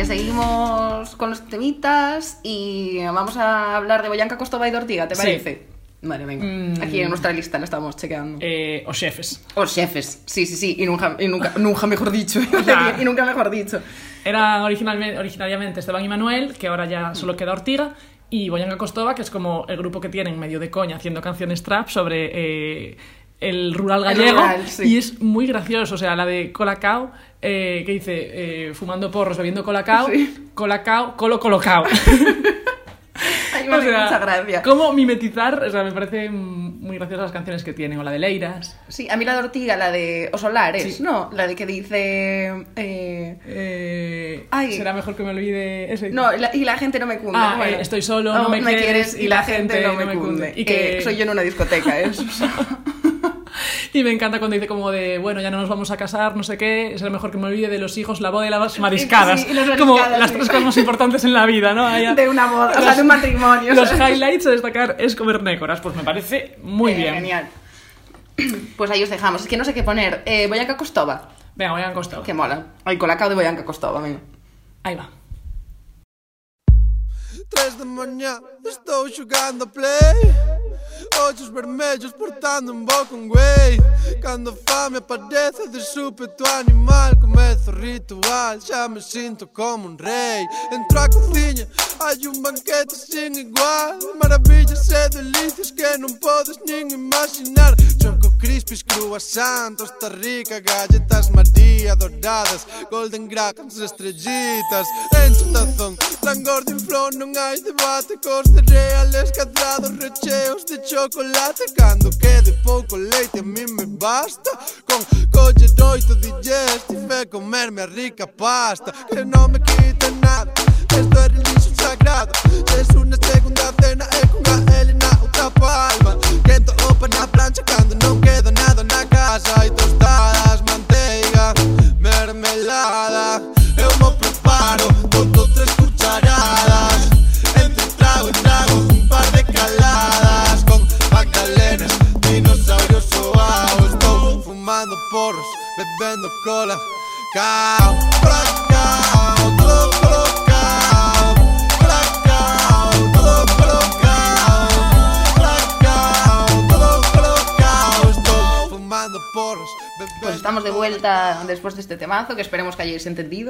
seguimos con los temitas y vamos a hablar de Boyanka Costova y de Ortiga, ¿te parece? Sí. Vale, venga. Mm. Aquí en nuestra lista la estamos chequeando.
Eh, os xefes.
Os xefes, sí, sí, sí. Y nunca, y nunca, nunca mejor dicho. y nunca mejor dicho.
Eran originalmente, originariamente Esteban y Manuel, que ahora ya solo queda Ortiga, y Boyanka Costova, que es como el grupo que tienen medio de coña haciendo canciones trap sobre eh, el rural gallego. El rural, sí. Y es muy gracioso. O sea, la de Colacao, eh, que dice, eh, fumando porros, bebiendo Colacao, sí. Colacao, colo colocao.
Ay, me hace o sea, mucha gracia.
Cómo mimetizar, o sea, me parecen muy graciosas las canciones que tienen, o la de Leiras.
Sí, a mí la de Ortiga, la de O Solares, sí. No, la de que dice... Eh...
Eh... Ay. Será mejor que me olvide ese.
No, la, y la gente no me cunde.
Ah,
bueno.
eh, estoy solo, no, no me, me quieres, quieres, y la, la gente, gente no me cunde. cunde.
Y que eh, soy yo en una discoteca, ¿eh?
Y me encanta cuando dice como de, bueno, ya no nos vamos a casar, no sé qué, será mejor que me olvide de los hijos, la boda y las mariscadas. Sí, y las mariscadas como sí. Las tres cosas más importantes en la vida, ¿no? Allá,
de una boda, los, o sea, de un matrimonio.
Los ¿sabes? Highlights a destacar es comer nécoras, pues me parece muy
eh,
bien.
Genial. Pues ahí os dejamos. Es que no sé qué poner. Eh, Boyanka Costova.
Venga, Boyanka Costova.
Que mola. Ay, Colacao de Boyanka Costova, venga.
Ahí va.
Três da manhã, estou jogando play. Olhos vermelhos portando um bom com güey. Quando a fame aparece de súbito animal, começa o ritual, já me sinto como um rei. Entro à cozinha, há um banquete sem igual. Maravilhas e delícias que não podes nem imaginar. Choco crispies, croissant, tosta rica, galletas Maria douradas, golden grahams, estrellitas. Enche o tazón, tan gordo e flor, non hai debate. Cos cereales cadrados, recheos de chocolate. Cando quede pouco leite a mí me basta. Con coller oito digestive e comerme a rica pasta. Que non me quita nada, esto é religio sagrado. Es unha segunda cena e con a L na outra palma. Quento opa na plancha cando non queda nada na casa. Hai tostadas, manteiga, mermelada. Eu me preparo, boto tres cucharadas. Entre trago e trago un par de caladas. Con magdalenas, dinosaurios soaos. Estou fumando porros, bebendo cola. Cao, colacao, todo colocao. Colacao, todo colocao. Colacao, todo colocao. Estou fumando porros, bebendo.
Pues estamos de vuelta después de este temazo, que esperemos que hayáis entendido.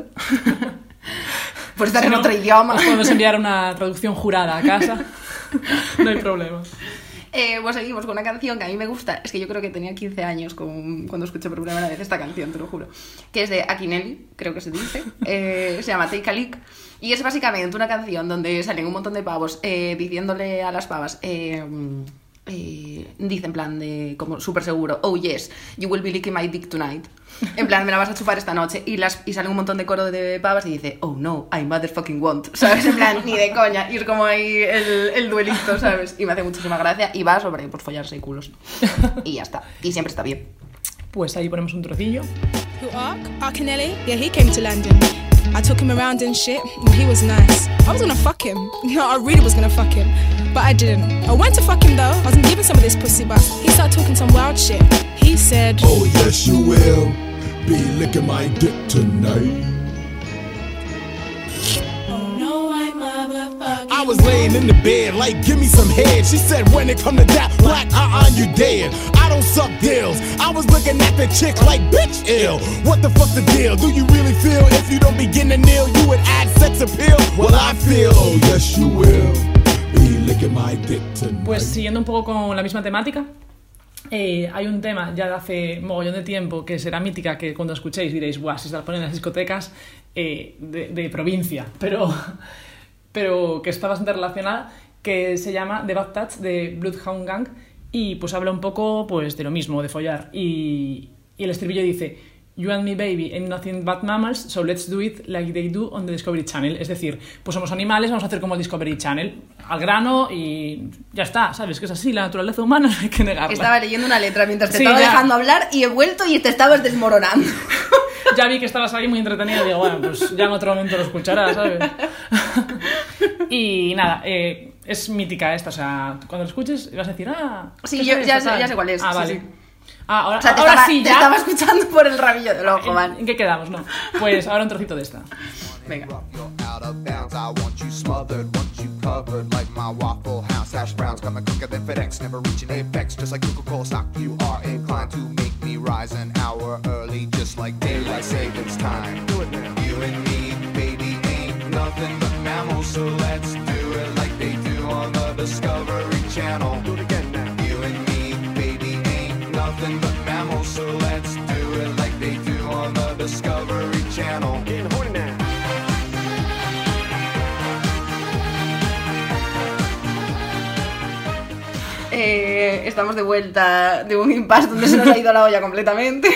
Por estar si en no, otro idioma.
Os podemos enviar una traducción jurada a casa. No hay problema.
Eh, pues seguimos con una canción que a mí me gusta. Es que yo creo que tenía quince años con, cuando escuché por primera vez esta canción, te lo juro. Que es de Akinelli, creo que se dice. Eh, se llama Take a Lick. Y es básicamente una canción donde salen un montón de pavos eh, diciéndole a las pavas... Eh, Eh, dice en plan de como súper seguro, oh yes, you will be licking my dick tonight, en plan me la vas a chupar esta noche, y, las, y sale un montón de coro de pavas y dice, oh no, I motherfucking won't, ¿sabes? En plan, ni de coña, y es como ahí el, el duelito, ¿sabes? Y me hace muchísima gracia y va sobre pues follarse y culos y ya está, y siempre está bien.
Pues ahí ponemos un trocillo.
Who, Ark? Akinelli? Yeah, he came to London. I took him around and shit, and he was nice. I was gonna fuck him. No, I really was gonna fuck him. But I didn't. I went to fuck him though. I was gonna give him some of this pussy, but he started talking some wild shit. He said,
oh yes you will be licking my dick tonight.
I
was laying in the bed like give me some head. She said when it come to that black uh-uh you dead. I don't suck deals. I was looking at the chick like bitch ill. What the fuck the deal? Do you really feel if you don't begin to kneel you would add sex appeal? Well I feel oh yes you will be licking my dick tonight.
Pues siguiendo un poco con la misma temática, Eh, hay un tema ya de hace mogollón de tiempo que será mítica, que cuando escuchéis diréis, guau, si se la ponen en las discotecas eh, de, de provincia, pero, pero que está bastante relacionada, que se llama The Bad Touch de Bloodhound Gang y pues habla un poco pues de lo mismo, de follar, y, y el estribillo dice You and me baby ain't nothing but mammals, so let's do it like they do on the Discovery Channel. Es decir, pues somos animales, vamos a hacer como el Discovery Channel, al grano y ya está, ¿sabes? Que es así, la naturaleza humana no hay que negarla.
Estaba leyendo una letra mientras te
sí,
estaba
ya.
dejando hablar y he vuelto y te estabas desmoronando.
Ya vi que estabas ahí muy entretenida y digo, bueno, pues ya en otro momento lo escucharás, ¿sabes? Y nada, eh, es mítica esta, o sea, cuando lo escuches vas a decir, ah...
Sí, yo ya sé, ya sé cuál es.
Ah,
sí,
vale.
Sí.
Ah, ahora,
o sea, te
ahora
estaba,
sí,
te
ya.
estaba escuchando por el rabillo del ojo,
¿En,
man.
¿En qué quedamos? No. Pues ahora un trocito de esta.
Venga.
Out of bounds, I want you smothered, want you covered like my Waffle House. Hash browns coming quicker than FedEx, never reaching apex. Just like Coca-Cola stock, you are inclined to make me rise an hour early, just like daylight savings time. Do it now. You and me, baby, ain't nothing but mammals, so let's do it like they do on the Discovery Channel. Do it again now. You and me, baby, ain't nothing but mammals, so let's do it like they do on the Discovery Channel. Getting horny now.
Eh, estamos de vuelta de un impasse donde se nos ha ido la olla completamente.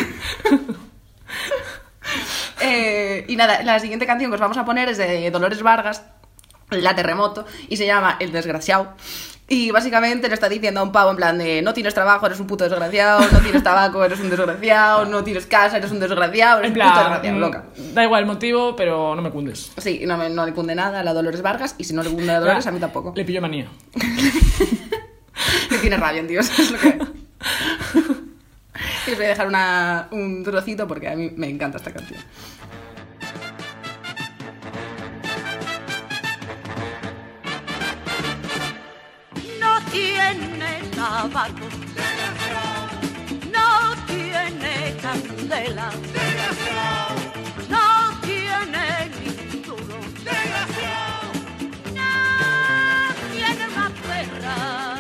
eh, y nada, la siguiente canción que os vamos a poner es de Dolores Vargas, La Terremoto, y se llama El Desgraciado. Y básicamente le está diciendo a un pavo en plan de: no tienes trabajo, eres un puto desgraciado, no tienes tabaco, eres un desgraciado, no tienes casa, eres un desgraciado, eres
En
un
plan,
puto desgraciado, loca.
Da igual el motivo, pero no me cundes.
Sí, no, me, no le cunde nada a la Dolores Vargas, y si no le cunde a Dolores,
Ya,
a mí tampoco.
Le pillo manía.
Que tiene rabia, tío, eso es lo que... Y os voy a dejar una, un trocito porque a mí me encanta esta canción.
No tiene tabaco, no tiene candela, no tiene ni duro, no tiene una perra,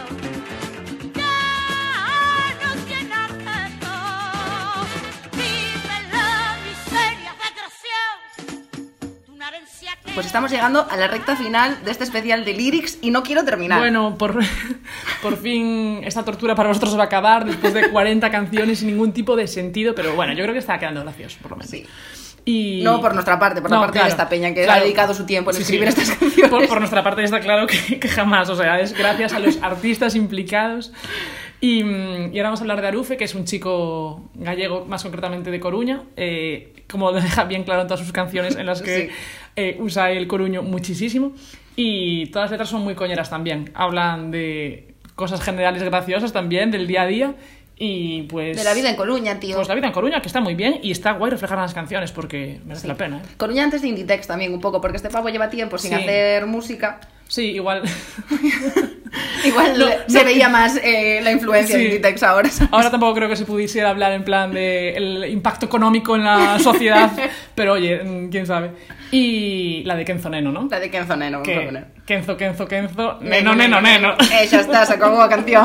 ya no tiene afecto, vive la miseria, desgraciado, de una herencia que...
Pues estamos llegando a la recta final de este especial de Lyrics y no quiero terminar.
Bueno, por, por fin esta tortura para vosotros va a acabar después de cuarenta canciones sin ningún tipo de sentido, pero bueno, yo creo que está quedando gracioso, por lo menos.
Sí.
Y...
No por nuestra parte, por la
No,
parte
claro,
de esta peña que
claro.
ha dedicado su tiempo en
Sí,
escribir
sí.
estas canciones.
Por, por nuestra parte está claro que, que jamás, o sea, es gracias a los artistas implicados. Y, y ahora vamos a hablar de Arufe, que es un chico gallego, más concretamente de Coruña, eh, como lo deja bien claro en todas sus canciones, en las que
Sí.
eh, usa el coruño muchísimo. Y todas las letras son muy coñeras también. Hablan de cosas generales graciosas también, del día a día. Y pues...
De la vida en Coruña, tío.
Pues la vida en Coruña, que está muy bien, y está guay reflejar en las canciones, porque merece
Sí.
la pena, ¿eh?
Coruña antes de Inditex también un poco, porque este pavo lleva tiempo sin
Sí.
hacer música.
Sí, igual...
Igual
No,
se
no.
veía más eh, la influencia
Sí.
de Inditex ahora, ¿sabes?
Ahora tampoco creo que se pudiese hablar en plan de el impacto económico en la sociedad, pero oye, mm, quién sabe. Y la de Kenzo Neno, ¿no?
La de Kenzo Neno, vamos a
Que
poner.
Kenzo, Kenzo, Kenzo, Neno, Neno, Neno.
Eh, ya está, se acabó la canción.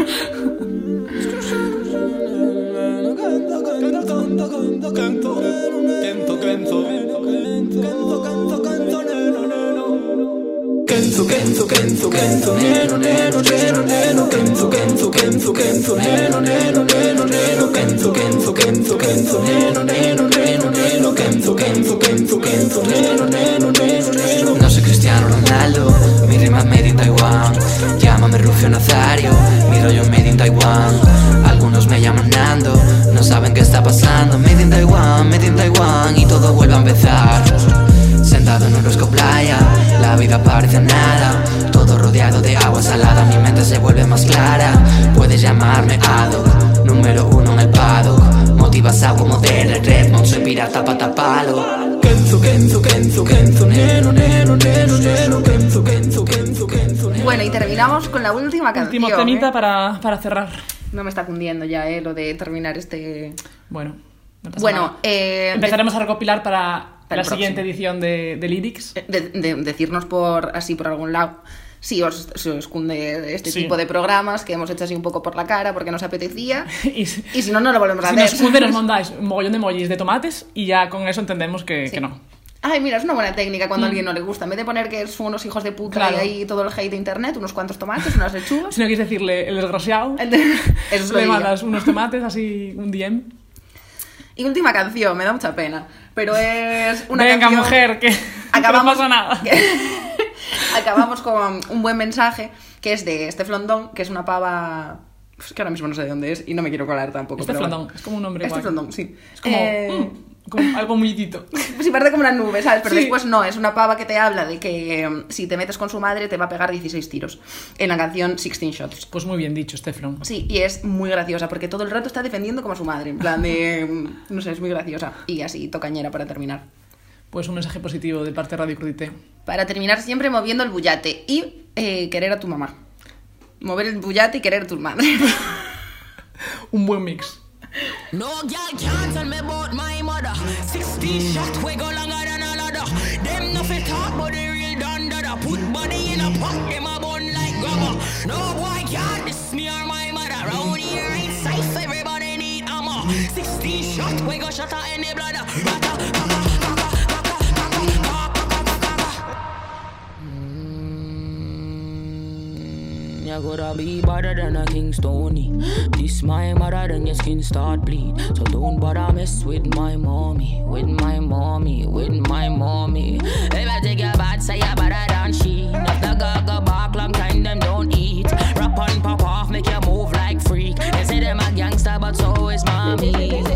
Kenzo, Kenzo, Kenzo, Kenzo, neno, neno, neno, neno, Kenzo, Kenzo, Kenzo, Kenzo, neno, neno, neno, neno, Kenzo, Kenzo, Kenzo, Kenzo, neno, neno, neno, neno, Kenzo, Kenzo, Kenzo, Kenzo, neno, neno, neno, neno.
No soy Cristiano Ronaldo, mi rima made in Taiwan. Llámame Rufio Nazario, mi rollo made in Taiwan. Algunos me llaman Nando, no saben qué está pasando. Made in Taiwan, made in Taiwan, y todo vuelve a empezar. Sentado en un rosco playa, la vida parece nada. Todo rodeado de agua salada, mi mente se vuelve más clara. Puedes llamarme Ado, número uno en el paddock. Motivas como del Redmond, soy pirata pa' taparlo.
Kenzo, Kenzo, Kenzo, Kenzo, neno, neno, neno, neno, Kenzo, Kenzo, Kenzo, Kenzo, neno.
Bueno, y terminamos con la última canción.
Último temita
¿eh?
para, para cerrar.
No me está cundiendo ya, ¿eh? Lo de terminar este...
Bueno, no pasa
Bueno,
nada.
eh,
Empezaremos a recopilar para,
Para
la
el
siguiente
próximo.
edición de, de Lyrics.
de, de- decirnos por así por algún lado si os, si os cunde este
Sí.
tipo de programas que hemos hecho así un poco por la cara porque nos apetecía
y, si,
y si no, no lo volvemos a
si
hacer.
nos cunde, nos mandáis un mogollón de emojis de tomates y ya con eso entendemos que,
Sí.
que no.
Ay, mira, es una buena técnica cuando a
Mm.
alguien no le gusta. En vez de poner que son unos hijos de puta
Claro.
y ahí todo el hate de internet, unos cuantos tomates, unas lechugas.
Si no quieres decirle el desgraciado,
El de- Eso se lo
le
diría.
mandas unos tomates, así un D M.
Y última canción, me da mucha pena. Pero es una
Venga,
canción...
mujer, que,
Acabamos-
que no pasa nada.
Acabamos con un buen mensaje que es de Este Flondón, que es una pava... Es que ahora mismo no sé de dónde es y no me quiero colar tampoco.
Este
pero
Flondón,
bueno.
es como un nombre
Este
guay.
Flondón, sí.
Es como,
Eh,
mm, como algo mullito.
Sí, parece como una nube, ¿sabes? Pero
Sí.
después no, es una pava que te habla de que eh, si te metes con su madre te va a pegar dieciséis tiros en la canción sixteen shots.
Pues muy bien dicho, Steflon.
Sí, y es muy graciosa porque todo el rato está defendiendo como a su madre, en plan de... mm, No sé, es muy graciosa y así tocañera para terminar.
pues un mensaje positivo de parte de Radio Crudité.
Para terminar siempre moviendo el bullate y eh, querer a tu mamá. Mover el bullate y querer a tu madre.
Un buen mix.
No girl can't tell me about my mother. Sixteen shot we go longer than a ladder. Them no fit talk but the real done dada. Put body in a pot, them a bun like grabber. No boy can't diss me or my mother. Round here ain't safe, everybody need armor. Sixteen shot we go shot at any bladder. You gotta be better than a Kingstoni. This my mother, then your skin start bleed. So don't bother mess with my mommy, with my mommy, with my mommy. If I take your bad, say you better than she. Not the gaga bark, long time them don't eat. Rap on, pop off, make you move like freak. They say them a gangster, but so is mommy.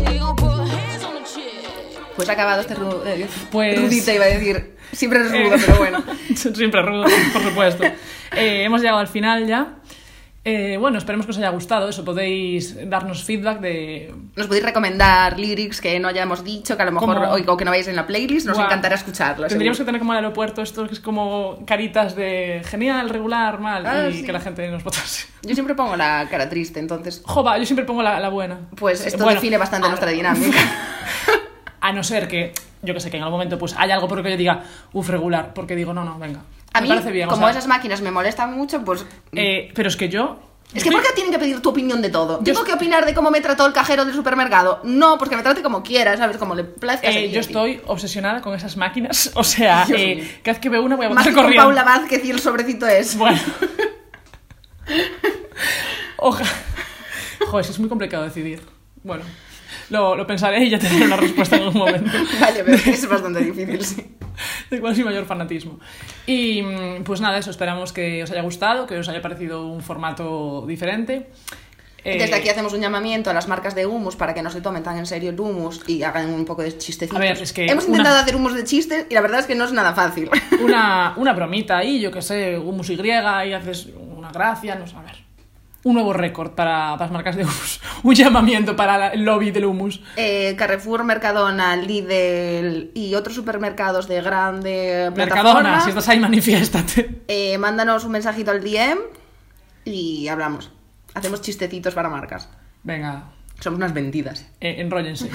Pues ha acabado este ru eh,
pues,
rudita, iba a decir. Siempre eres rudo, eh, pero bueno.
Siempre rudo, por supuesto. Eh, hemos llegado al final ya. Eh, bueno, esperemos que os haya gustado. Eso, podéis darnos feedback de...
Nos podéis recomendar lyrics que no hayamos dicho, que a lo mejor
como...
o que no vayáis en la playlist. Nos wow. encantará escucharlos.
Tendríamos seguro. que tener como el aeropuerto esto que es como caritas de genial, regular, mal, ah, y sí. que la gente nos votase.
Yo siempre pongo la cara triste, entonces...
Jova, yo siempre pongo la, la buena.
Pues esto bueno, define bastante a... nuestra dinámica.
A no ser que, yo que sé, que en algún momento pues haya algo por lo que yo diga, uff, regular, porque digo, no, no, venga.
A mí, bien, como o sea, esas máquinas me molestan mucho, pues...
Eh, pero es que yo...
Es que ¿por qué tienen que pedir tu opinión de todo? ¿Tengo que opinar de cómo me trató el cajero del supermercado? No, porque me trate como quiera, ¿sabes? Como le plazca.
Eh, yo estoy obsesionada con esas máquinas, o sea, eh, cada vez que veo una voy a
votar
corriendo. Más que con
Paula Vázquez y el sobrecito es.
Bueno. Ojalá. Joder, es muy complicado decidir. Bueno... Lo, lo pensaré y ya tendré una respuesta en algún momento.
Vale, pero es bastante difícil, sí.
De cuál es mi mayor fanatismo. Y pues nada, eso, esperamos que os haya gustado, que os haya parecido un formato diferente.
Desde aquí hacemos un llamamiento a las marcas de hummus para que no se tomen tan en serio el hummus y hagan un poco de chistecitos.
A ver, es que
hemos intentado una... hacer hummus de chistes y la verdad es que no es nada fácil.
Una, una bromita ahí, yo que sé, hummus Y, y haces una gracia, no sé, a ver. Un nuevo récord para, para las marcas de hummus. Un llamamiento para el lobby del hummus.
Eh, Carrefour, Mercadona, Lidl y otros supermercados de grande plataforma.
Mercadona, si estás ahí, manifiéstate.
Eh, mándanos un mensajito al D M y hablamos. Hacemos chistecitos para marcas.
Venga.
Somos unas vendidas.
Eh, enróllense.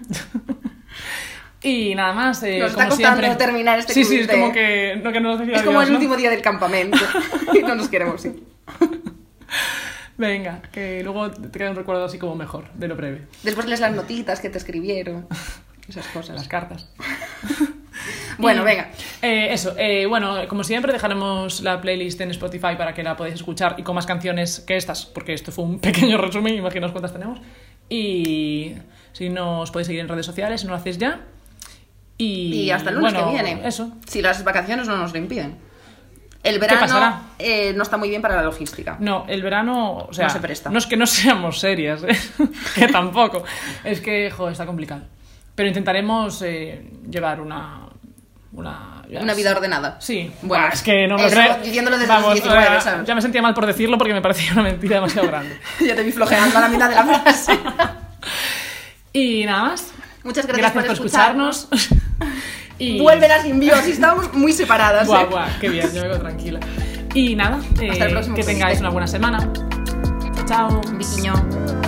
Y nada más, eh,
nos está
como
costando
siempre...
terminar este
Sí, sí, es como que... No, que no nos
es como Dios, el ¿no? último día del campamento. Y no nos queremos ir.
Venga, que luego te queda un recuerdo así como mejor, de lo breve.
Después lees las notitas que te escribieron, esas cosas.
Las cartas.
Bueno,
y,
venga.
Eh, eso, eh, bueno, como siempre dejaremos la playlist en Spotify para que la podáis escuchar y con más canciones que estas, porque esto fue un pequeño resumen, imaginaos cuántas tenemos. Y si no os podéis seguir en redes sociales, si no lo hacéis ya. Y,
y hasta el lunes
bueno,
que viene.
Eso.
Si las vacaciones no nos lo impiden. El verano eh, no está muy bien para la logística.
No, el verano, o sea,
no se presta.
No es que no seamos serias, ¿eh? Que tampoco. Es que, joder, está complicado. Pero intentaremos eh, llevar una... Una,
una vida ordenada.
Sí.
Bueno,
bah, es que no me
eso,
creo.
Diciéndolo desde
Vamos,
los diecinueve, ¿sabes?
Ya me sentía mal por decirlo porque me parecía una mentira demasiado grande.
Ya te vi flojeando a la mitad de la frase.
Y nada más.
Muchas gracias,
gracias por,
por
escucharnos.
Y... Vuelven a Simbiosis, estábamos muy separadas.
Guau,
¿eh?
guau, qué bien, yo me quedo tranquila. Y nada, eh,
hasta el próximo
que tengáis una buena semana. Chao.
Un biquiño.